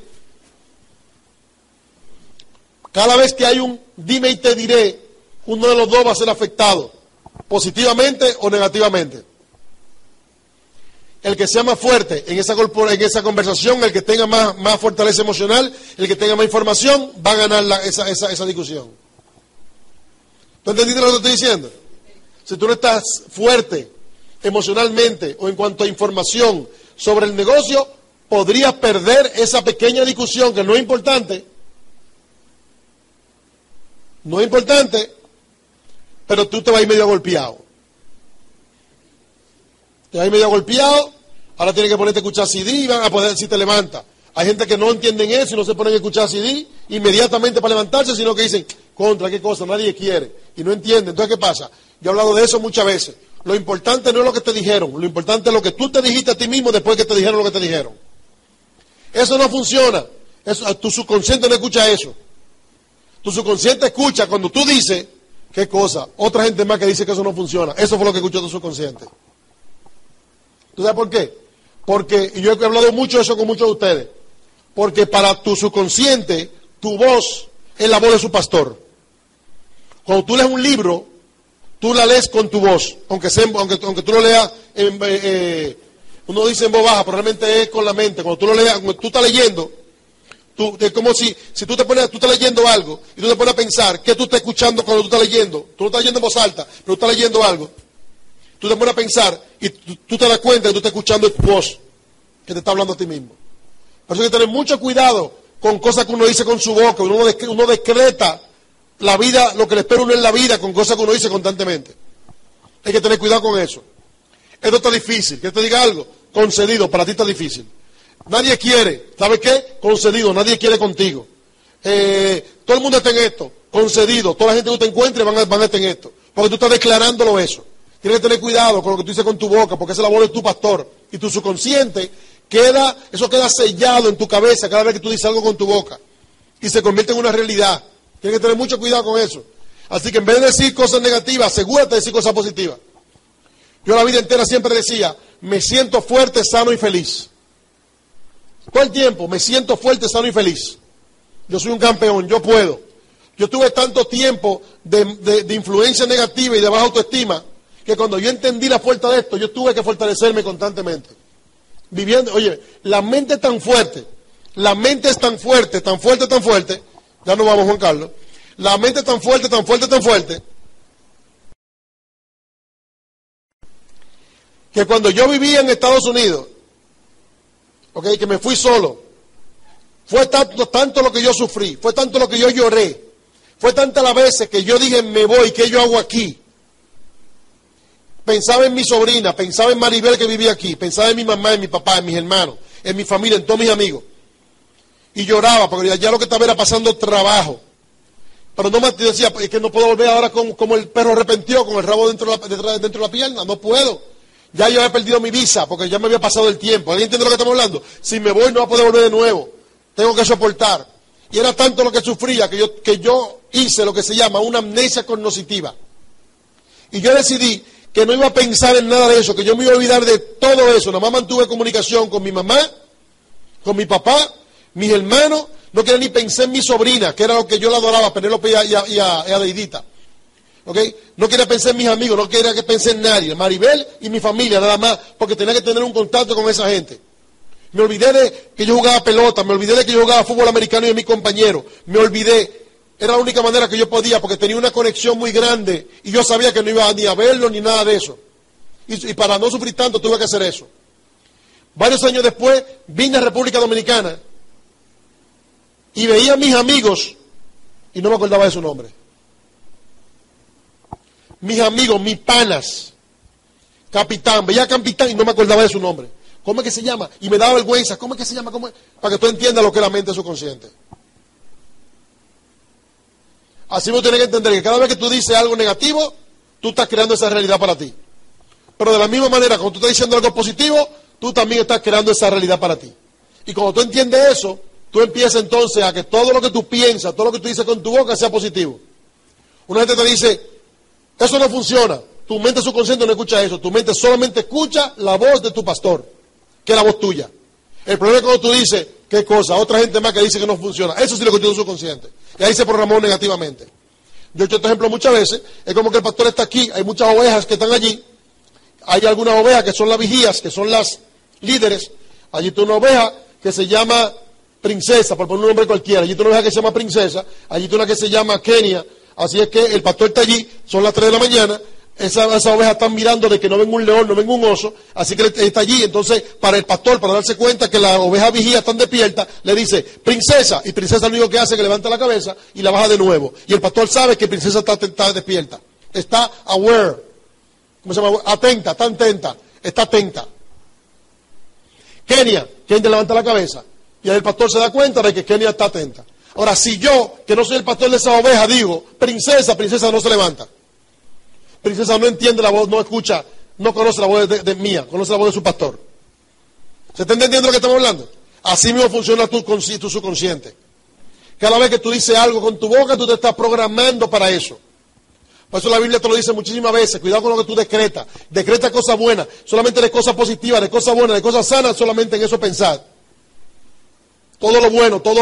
[SPEAKER 1] Cada vez que hay un dime y te diré, uno de los dos va a ser afectado, positivamente o negativamente. El que sea más fuerte en esa conversación, el que tenga más fortaleza emocional, el que tenga más información, va a ganar esa discusión. ¿Tú entendiste lo que te estoy diciendo? Si tú no estás fuerte emocionalmente o en cuanto a información sobre el negocio, podrías perder esa pequeña discusión que no es importante. No es importante, pero tú te vas a ir medio golpeado. Te vas a ir medio golpeado, ahora tienes que ponerte a escuchar CD y van a poder si te levantas. Hay gente que no entienden eso y no se ponen a escuchar CD inmediatamente para levantarse, sino que dicen, contra, qué cosa, nadie quiere. Y no entienden. Entonces, ¿qué pasa? Yo he hablado de eso muchas veces. Lo importante no es lo que te dijeron, lo importante es lo que tú te dijiste a ti mismo después que te dijeron lo que te dijeron. Eso no funciona. Tu subconsciente no escucha eso. Tu subconsciente escucha cuando tú dices, ¿qué cosa? Otra gente más que dice que eso no funciona. Eso fue lo que escuchó tu subconsciente. ¿Tú sabes por qué? Porque, y yo he hablado mucho de eso con muchos de ustedes, porque para tu subconsciente, tu voz es la voz de su pastor. Cuando tú lees un libro, tú la lees con tu voz, aunque tú lo leas, uno dice en voz baja, pero realmente es con la mente. Cuando tú lo leas, cuando tú estás leyendo, es como si tú estás leyendo algo y tú te pones a pensar qué tú estás escuchando cuando tú estás leyendo. Tú no estás leyendo en voz alta, pero tú estás leyendo algo. Tú te pones a pensar y tú te das cuenta que tú estás escuchando tu voz que te está hablando a ti mismo. Por eso hay que tener mucho cuidado con cosas que uno dice con su boca. Uno decreta la vida, lo que le espera uno en la vida con cosas que uno dice constantemente. Hay que tener cuidado con eso. Esto está difícil. ¿Quieres que te diga algo? Concedido, para ti está difícil. Nadie quiere, ¿sabes qué? Concedido, nadie quiere contigo. Todo el mundo está en esto, concedido. Toda la gente que tú te encuentres van a estar en esto. Porque tú estás declarándolo eso. Tienes que tener cuidado con lo que tú dices con tu boca, porque esa es la voz de tu pastor. Y tu subconsciente queda sellado en tu cabeza cada vez que tú dices algo con tu boca. Y se convierte en una realidad. Tienes que tener mucho cuidado con eso. Así que en vez de decir cosas negativas, asegúrate de decir cosas positivas. Yo la vida entera siempre decía, me siento fuerte, sano y feliz. Todo el tiempo me siento fuerte, sano y feliz. Yo soy un campeón, yo puedo. Yo tuve tanto tiempo de influencia negativa y de baja autoestima, que cuando yo entendí la fuerza de esto, yo tuve que fortalecerme constantemente. Viviendo, oye, la mente es tan fuerte, la mente es tan fuerte, tan fuerte, tan fuerte, ya no vamos Juan Carlos, la mente es tan fuerte, tan fuerte, tan fuerte, que cuando yo vivía en Estados Unidos, que me fui solo, fue tanto lo que yo sufrí, fue tanto lo que yo lloré, fue tantas las veces que yo dije, me voy, ¿qué yo hago aquí? Pensaba en mi sobrina, pensaba en Maribel que vivía aquí, pensaba en mi mamá, en mi papá, en mis hermanos, en mi familia, en todos mis amigos. Y lloraba, porque ya lo que estaba era pasando trabajo. Pero no me decía, es que no puedo volver ahora como el perro arrepentido, con el rabo dentro de la pierna, no puedo. Ya yo había perdido mi visa, porque ya me había pasado el tiempo. ¿Alguien entiende lo que estamos hablando? Si me voy no voy a poder volver de nuevo. Tengo que soportar. Y era tanto lo que sufría que yo hice lo que se llama una amnesia cognitiva. Y yo decidí que no iba a pensar en nada de eso, que yo me iba a olvidar de todo eso. Nada más mantuve comunicación con mi mamá, con mi papá, mis hermanos. No quería ni pensar en mi sobrina, que era lo que yo la adoraba, Penélope y a Deidita. No quería pensar en mis amigos, no quería que pensé en nadie. Maribel y mi familia, nada más, porque tenía que tener un contacto con esa gente. Me olvidé de que yo jugaba pelota, me olvidé de que yo jugaba fútbol americano y de mis compañeros. Me olvidé. Era la única manera que yo podía, porque tenía una conexión muy grande y yo sabía que no iba ni a verlo ni nada de eso. Y para no sufrir tanto tuve que hacer eso. Varios años después vine a República Dominicana y veía a mis amigos y no me acordaba de su nombre. Mis amigos, mis panas, capitán, veía a capitán y no me acordaba de su nombre. ¿Cómo es que se llama? Y me daba vergüenza. ¿Cómo es que se llama? ¿Cómo es? Para que tú entiendas lo que es la mente subconsciente. Así vos tenés que entender que cada vez que tú dices algo negativo, tú estás creando esa realidad para ti. Pero de la misma manera, cuando tú estás diciendo algo positivo, tú también estás creando esa realidad para ti. Y cuando tú entiendes eso, tú empiezas entonces a que todo lo que tú piensas, todo lo que tú dices con tu boca sea positivo. Una gente te dice, eso no funciona. Tu mente subconsciente no escucha eso. Tu mente solamente escucha la voz de tu pastor, que es la voz tuya. El problema es cuando tú dices, ¿qué cosa? Otra gente más que dice que no funciona. Eso sí lo escucha tu subconsciente. Y ahí se programó negativamente. Yo he hecho este ejemplo muchas veces. Es como que el pastor está aquí, hay muchas ovejas que están allí. Hay algunas ovejas que son las vigías, que son las líderes. Allí está una oveja que se llama Princesa, por poner un nombre cualquiera. Allí está una oveja que se llama Princesa. Allí está una que se llama Kenia. Así es que el pastor está allí, son las 3 de la mañana. Esas ovejas están mirando de que no venga un león, no venga un oso, así que él está allí. Entonces, para el pastor, para darse cuenta que las ovejas vigías están despiertas, le dice, Princesa, y Princesa lo único que hace es que levanta la cabeza y la baja de nuevo. Y el pastor sabe que Princesa está despierta, está aware, ¿cómo se llama? Está atenta. Kenia levanta la cabeza, y ahí el pastor se da cuenta de que Kenia está atenta. Ahora, si yo, que no soy el pastor de esa oveja, digo, Princesa no se levanta. Princesa no entiende la voz, no escucha, no conoce la voz de mía, conoce la voz de su pastor. ¿Se está entendiendo lo que estamos hablando? Así mismo funciona tu subconsciente. Cada vez que tú dices algo con tu boca, tú te estás programando para eso. Por eso la Biblia te lo dice muchísimas veces, cuidado con lo que tú decretas. Decreta cosas buenas, solamente de cosas positivas, de cosas buenas, de cosas sanas, solamente en eso pensar. Todo lo bueno, todo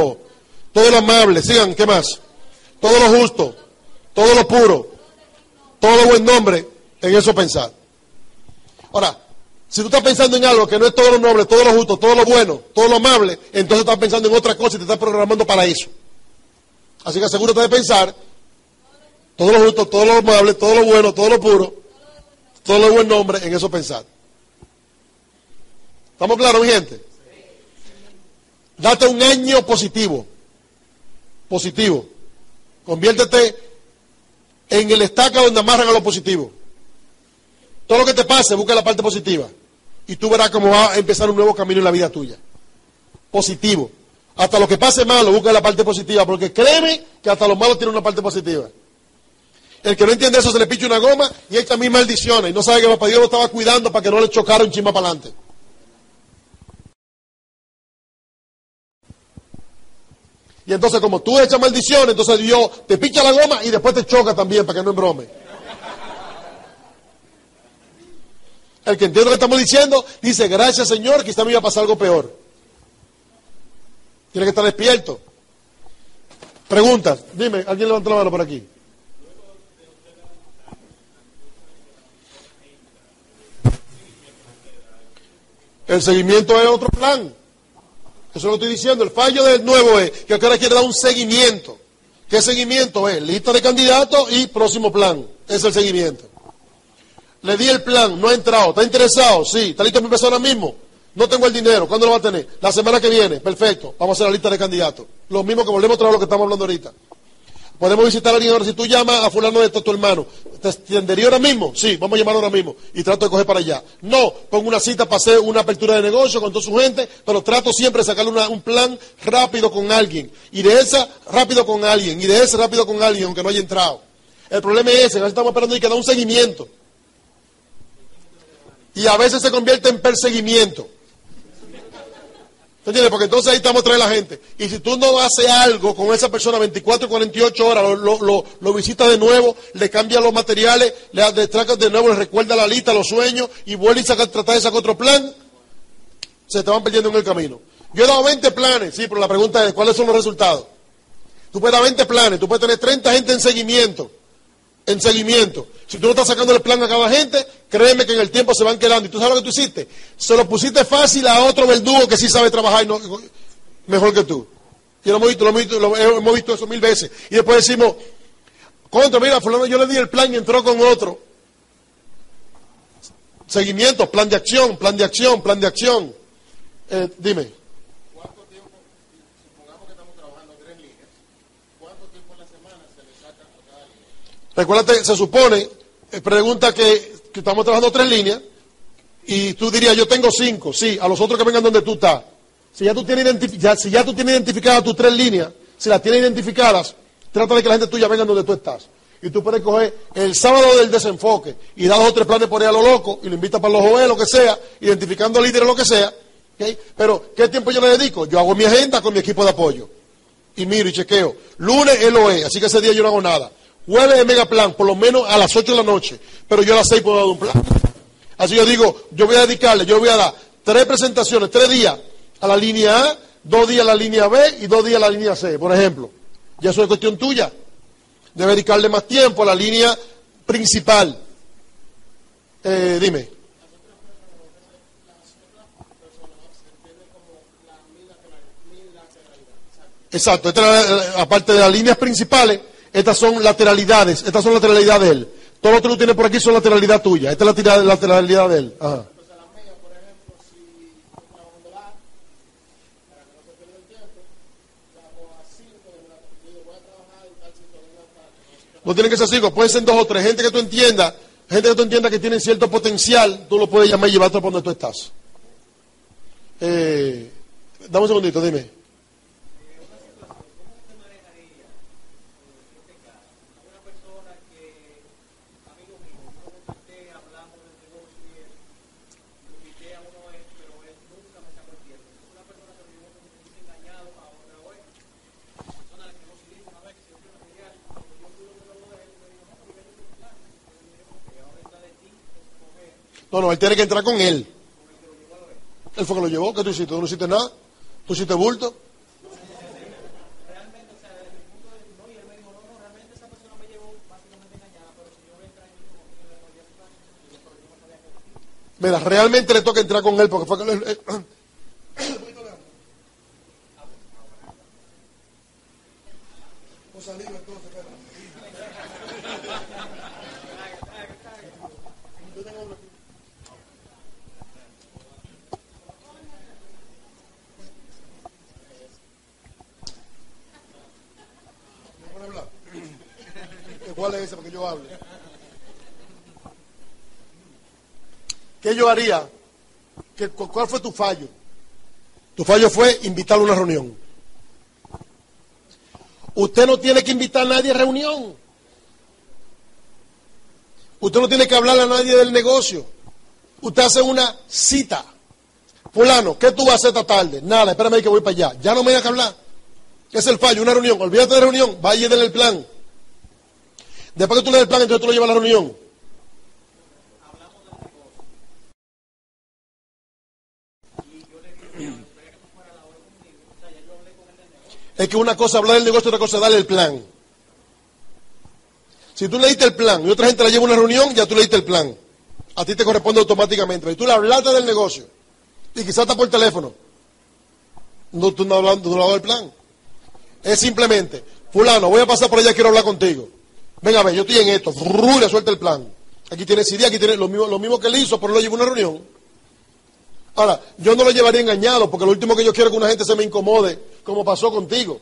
[SPEAKER 1] lo amable, sigan, ¿qué más? Todo lo justo, todo lo puro. todo buen nombre, en eso pensar. Ahora, si tú estás pensando en algo que no es todo lo noble, todo lo justo, todo lo bueno, todo lo amable, entonces estás pensando en otra cosa y te estás programando para eso. Así que asegúrate de pensar todo lo justo, todo lo amable, todo lo bueno, todo lo puro, todo lo buen nombre, en eso pensar. ¿Estamos claros, mi gente? Date un año positivo. Positivo. Conviértete en el estaca donde amarran a lo positivo. Todo lo que te pase, busca la parte positiva. Y tú verás cómo va a empezar un nuevo camino en la vida tuya. Positivo. Hasta lo que pase malo, busca la parte positiva. Porque créeme que hasta lo malo tiene una parte positiva. El que no entiende eso se le picha una goma y echa mil maldiciones. Y no sabe que papá Dios lo estaba cuidando para que no le chocara un chimba para adelante. Y entonces como tú echas maldiciones, entonces Dios te picha la goma y después te choca también para que no embrome. El que entiende lo que estamos diciendo, dice, gracias Señor, quizá me iba a pasar algo peor. Tiene que estar despierto. Preguntas, dime, ¿alguien levanta la mano por aquí? El seguimiento es otro plan. Eso lo estoy diciendo. El fallo del nuevo es que ahora quiere dar un seguimiento. ¿Qué seguimiento es? Lista de candidatos y próximo plan. Ese es el seguimiento. Le di el plan, no ha entrado. ¿Está interesado? Sí. ¿Está listo para empezar ahora mismo? No tengo el dinero. ¿Cuándo lo va a tener? La semana que viene. Perfecto. Vamos a hacer la lista de candidatos. Lo mismo que volvemos a traer lo que estamos hablando ahorita. Podemos visitar a alguien ahora. Si tú llamas a fulano de esto, tu hermano, ¿te atendería ahora mismo? Sí, vamos a llamar ahora mismo. Y trato de coger para allá. No, pongo una cita para hacer una apertura de negocio con toda su gente, pero trato siempre de sacarle un plan rápido con alguien. Y de esa, rápido con alguien. Y de ese, rápido con alguien, aunque no haya entrado. El problema es ese, a veces estamos esperando y que da un seguimiento. Y a veces se convierte en perseguimiento. ¿Entiendes? Porque entonces ahí estamos traer la gente. Y si tú no haces algo con esa persona 24 y 48 horas, lo visitas de nuevo, le cambias los materiales, le tracas de nuevo, le recuerda la lista, los sueños, y vuelve a tratar de sacar otro plan, se te van perdiendo en el camino. Yo he dado 20 planes, sí, pero la pregunta es, ¿cuáles son los resultados? Tú puedes dar 20 planes, tú puedes tener 30 gente en seguimiento. En seguimiento. Si tú no estás sacando el plan a cada gente, créeme que en el tiempo se van quedando. ¿Y tú sabes lo que tú hiciste? Se lo pusiste fácil a otro verdugo que sí sabe trabajar y no, mejor que tú. Y lo hemos visto eso 1000 veces. Y después decimos, contra, mira, fulano, yo le di el plan y entró con otro. Seguimiento, plan de acción, plan de acción, plan de acción. Dime.
[SPEAKER 2] ¿Cuánto tiempo, supongamos que estamos trabajando 3 líneas, cuánto tiempo en la semana se le saca a cada línea?
[SPEAKER 1] Recuérdate, se supone, pregunta que estamos trabajando 3 líneas, y tú dirías, yo tengo 5, sí, a los otros que vengan donde tú estás. Si ya tú tienes identificadas tus 3 líneas, si las tienes identificadas, trata de que la gente tuya venga donde tú estás. Y tú puedes coger el sábado del desenfoque y dar 2 o 3 planes por ahí a lo loco, y lo invitas para los OE, lo que sea, identificando líderes, lo que sea. ¿Okay? Pero, ¿qué tiempo yo le dedico? Yo hago mi agenda con mi equipo de apoyo. Y miro y chequeo. Lunes el OE, así que ese día yo no hago nada. Jueves el mega plan, por lo menos a las 8 de la noche. Pero yo a las 6 puedo dar un plan. Así yo digo, yo voy a dar 3 presentaciones, 3 días a la línea A, 2 días a la línea B y 2 días a la línea C, por ejemplo. Ya eso es cuestión tuya. Debe dedicarle más tiempo a la línea principal. Dime. Exacto. Aparte de las líneas principales, estas son lateralidades. Estas son lateralidades de él. Todo lo que tú tienes por aquí son lateralidad tuya. Esta es la lateralidad de él. Ajá.
[SPEAKER 2] Entonces la mía, por ejemplo, si estoy trabajando la A, para que no se pierda el tiempo, la hago a 5 de la digo, voy a trabajar y tal sitio de la tarde.
[SPEAKER 1] No tienen que ser 5, pueden ser 2 o 3. Gente que tú entiendas que tienen cierto potencial, tú lo puedes llamar y llevarte por donde tú estás. Dame un segundito, dime. No, él tiene que entrar con él. Él fue que lo llevó. ¿Qué tú hiciste? ¿Tú no hiciste nada? ¿Tú hiciste bulto?
[SPEAKER 2] Realmente, o sea, desde el punto de no, y él me dijo, no, realmente esa persona me llevó básicamente engañada, pero si yo voy a entrar en mi
[SPEAKER 1] Mira, realmente le toca entrar con él porque fue que ¿Cuál es ese para que yo hable? ¿Qué yo haría? ¿Cuál fue tu fallo? Tu fallo fue invitarlo a una reunión. Usted no tiene que invitar a nadie a reunión. Usted no tiene que hablarle a nadie del negocio. Usted hace una cita. Fulano, ¿qué tú vas a hacer esta tarde? Nada, espérame que voy para allá. Ya no me digas que hablar. Es el fallo, una reunión. Olvídate de la reunión, vaya y denle el plan. Después que tú le des el plan, entonces tú lo llevas a la reunión. Es que una cosa es hablar del negocio, otra cosa es darle el plan. Si tú le diste el plan y otra gente la lleva a una reunión, ya tú le diste el plan. A ti te corresponde automáticamente. Pero si tú le hablaste del negocio y quizás está por teléfono, no, tú no has hablado del plan. Es simplemente, fulano, voy a pasar por allá, quiero hablar contigo. Venga, a ver, yo estoy en esto. Le suelta el plan. Aquí tienes idea, aquí tienes lo mismo que él hizo, pero lo llevó a una reunión. Ahora, yo no lo llevaría engañado, porque lo último que yo quiero es que una gente se me incomode, como pasó contigo.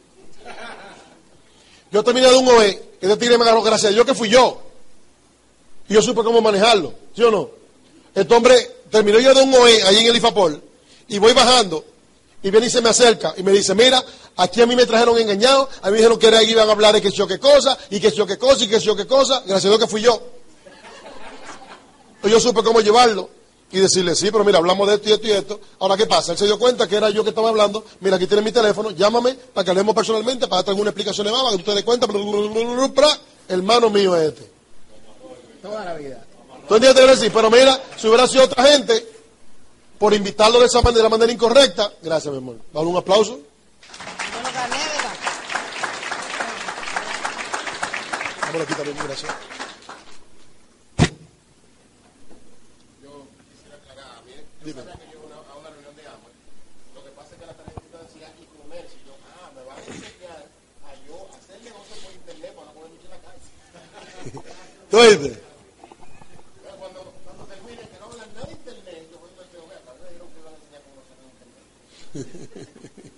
[SPEAKER 1] Yo terminé de un OE, y de tigre me agarró, gracias a Dios que fui yo. Y yo supe cómo manejarlo, ¿sí o no? Este hombre terminó yo de un OE, ahí en el IFAPOL, y voy bajando, y viene y se me acerca, y me dice, mira, aquí a mí me trajeron engañado, a mí me dijeron que era, iban a hablar de que sé yo qué cosa, y que sé yo qué cosa, y que sé yo qué cosa, gracias a Dios que fui yo. Yo supe cómo llevarlo. Y decirle, sí, pero mira, hablamos de esto y esto y esto. Ahora, ¿qué pasa? Él se dio cuenta que era yo que estaba hablando. Mira, aquí tienes mi teléfono, llámame para que hablemos personalmente, para darte alguna explicación de más, para que tú te des cuenta. Hermano mío es este.
[SPEAKER 2] Toda la vida.
[SPEAKER 1] ¿Tú entiendes? Sí, pero mira, si hubiera sido otra gente, por invitarlo de esa manera, de la manera incorrecta, gracias, mi amor. Dale un aplauso. Vamos aquí también, gracias.
[SPEAKER 2] Dime. Que yo a una reunión de Amway, lo que pasa es que la tarjetita decía e-commerce, y yo, me van a enseñar a yo hacer negocio por internet para no poder mucho en la casa.
[SPEAKER 1] ¿Tú oíste?
[SPEAKER 2] Cuando termine, que no hablan nada de internet, yo voy a decir, acá me dijeron que iban a enseñar cómo hacer internet.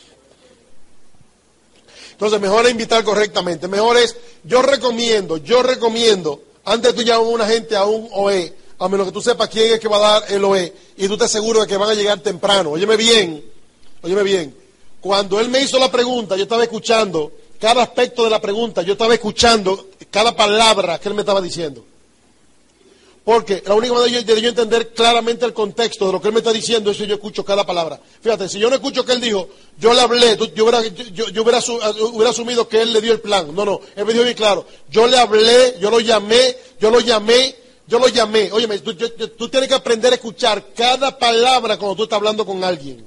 [SPEAKER 1] Entonces, mejor es invitar correctamente. Mejor es, yo recomiendo, antes de tú llamar a una gente a un OE, a menos que tú sepas quién es que va a dar el OE, y tú estés seguro de que van a llegar temprano. Óyeme bien. Cuando él me hizo la pregunta, yo estaba escuchando cada aspecto de la pregunta, yo estaba escuchando cada palabra que él me estaba diciendo. Porque la única manera de yo entender claramente el contexto de lo que él me está diciendo es si yo escucho cada palabra. Fíjate, si yo no escucho que él dijo, yo le hablé, yo hubiera asumido que él le dio el plan. No, él me dijo bien claro, yo le hablé, yo lo llamé. Óyeme, tú tienes que aprender a escuchar cada palabra cuando tú estás hablando con alguien.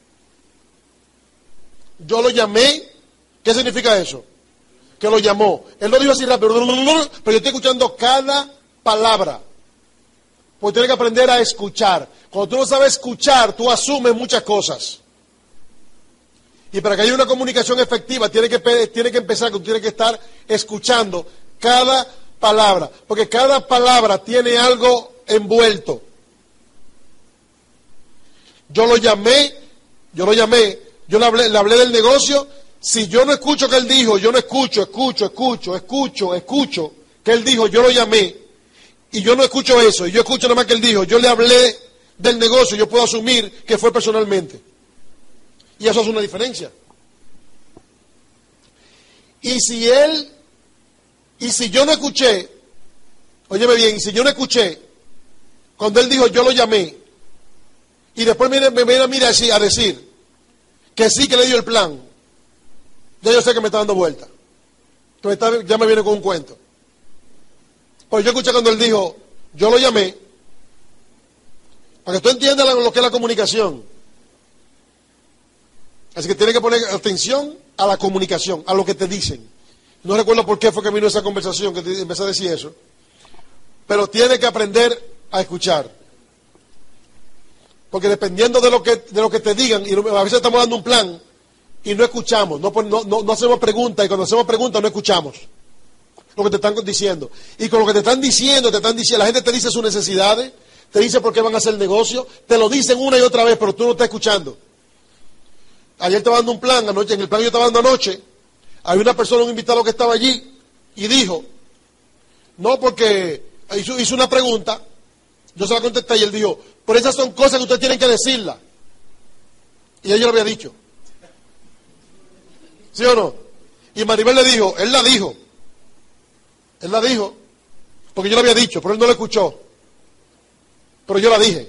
[SPEAKER 1] Yo lo llamé, ¿qué significa eso? Que lo llamó. Él lo dijo así rápido, pero yo estoy escuchando cada palabra. Porque tienes que aprender a escuchar. Cuando tú no sabes escuchar, tú asumes muchas cosas. Y para que haya una comunicación efectiva, tiene que empezar, tú tienes que estar escuchando cada palabra. Porque cada palabra tiene algo envuelto. Yo lo llamé, yo le hablé del negocio. Si yo no escucho que él dijo, yo no escucho que él dijo, yo lo llamé. Y yo no escucho eso, y yo escucho nada más que él dijo, yo le hablé del negocio, yo puedo asumir que fue personalmente. Y eso hace una diferencia. Y si yo no escuché, óyeme bien, y si yo no escuché, cuando él dijo, yo lo llamé, y después me viene a decir, que sí que le dio el plan, ya yo sé que me está dando vuelta. Entonces ya me viene con un cuento. Pues yo escuché cuando él dijo, yo lo llamé, para que tú entiendas lo que es la comunicación. Así que tienes que poner atención a la comunicación, a lo que te dicen. No recuerdo por qué fue que vino esa conversación, que empecé a decir eso. Pero tienes que aprender a escuchar. Porque dependiendo de lo que te digan, y a veces estamos dando un plan y no escuchamos, no hacemos preguntas, y cuando hacemos preguntas no escuchamos lo que te están diciendo. Y con lo que te están diciendo, la gente te dice sus necesidades, te dice por qué van a hacer negocio, te lo dicen una y otra vez, pero tú no estás escuchando. Ayer estaba dando un plan, anoche, en el plan que yo estaba dando anoche, hay una persona, un invitado que estaba allí, y dijo, no, porque hizo una pregunta, yo se la contesté y él dijo, pero esas son cosas que ustedes tienen que decirlas. Y ella lo había dicho. ¿Sí o no? Y Maribel le dijo, él la dijo, porque yo lo había dicho, pero él no lo escuchó. Pero yo la dije.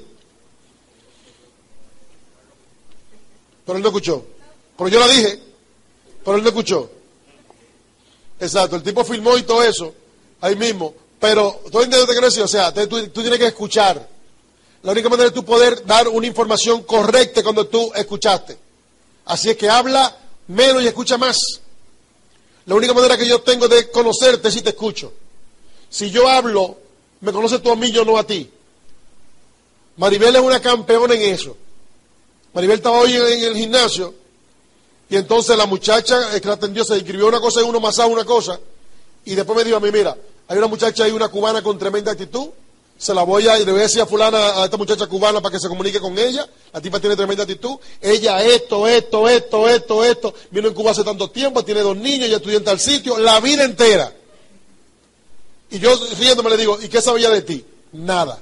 [SPEAKER 1] Pero él no escuchó. Pero yo la dije, pero él no escuchó. Exacto, el tipo filmó y todo eso, ahí mismo. Pero, ¿tú entiendes lo que quiero decir? O sea, tú tienes que escuchar. La única manera de tú poder dar una información correcta es cuando tú escuchaste. Así es que habla menos y escucha más. La única manera que yo tengo de conocerte es si te escucho. Si yo hablo, me conoces tú a mí, yo no a ti. Maribel es una campeona en eso. Maribel estaba hoy en el gimnasio y entonces la muchacha que la atendió se escribió una cosa y uno más una cosa y después me dijo a mí, mira, hay una muchacha ahí, una cubana con tremenda actitud, le voy a decir a fulana, a esta muchacha cubana para que se comunique con ella, la tipa tiene tremenda actitud, ella esto, vino en Cuba hace tanto tiempo, tiene 2 niños, ella estudió en tal sitio, la vida entera. Y yo riéndome le digo, ¿y qué sabía de ti? Nada.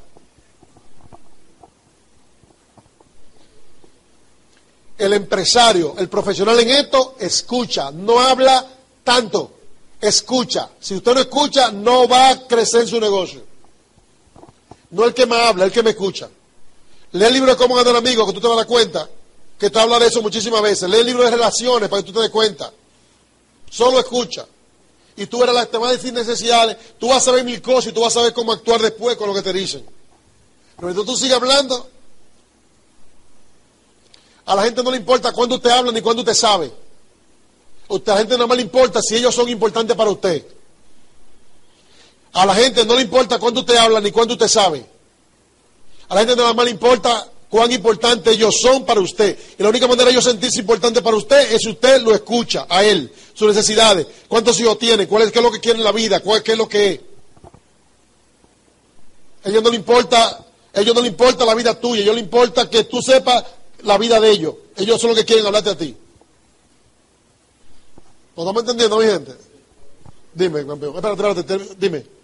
[SPEAKER 1] El empresario, el profesional en esto, escucha, no habla tanto, escucha. Si usted no escucha, no va a crecer su negocio. No el que me habla, el que me escucha. Lee el libro de Cómo ganar amigos, que tú te vas a dar cuenta, que te habla de eso muchísimas veces. Lee el libro de relaciones para que tú te des cuenta. Solo escucha. Y tú verás, te vas a decir necesidades, tú vas a saber 1000 cosas y tú vas a saber cómo actuar después con lo que te dicen. Pero entonces tú sigues hablando. A la gente no le importa cuándo usted habla ni cuándo usted sabe. A la gente nada más le importa si ellos son importantes para usted. A la gente no le importa cuándo usted habla ni cuándo usted sabe. A la gente nada más le importa cuán importantes ellos son para usted. Y la única manera de ellos sentirse importantes para usted es si usted lo escucha a él, sus necesidades, cuántos hijos tiene, qué es lo que quiere en la vida, qué es lo que es. A ellos no le importa la vida tuya, a ellos le importa que tú sepas la vida de ellos. Ellos son los que quieren hablarte a ti. ¿Nos estamos entendiendo, mi gente? Dime, campeón. Espérate, dime.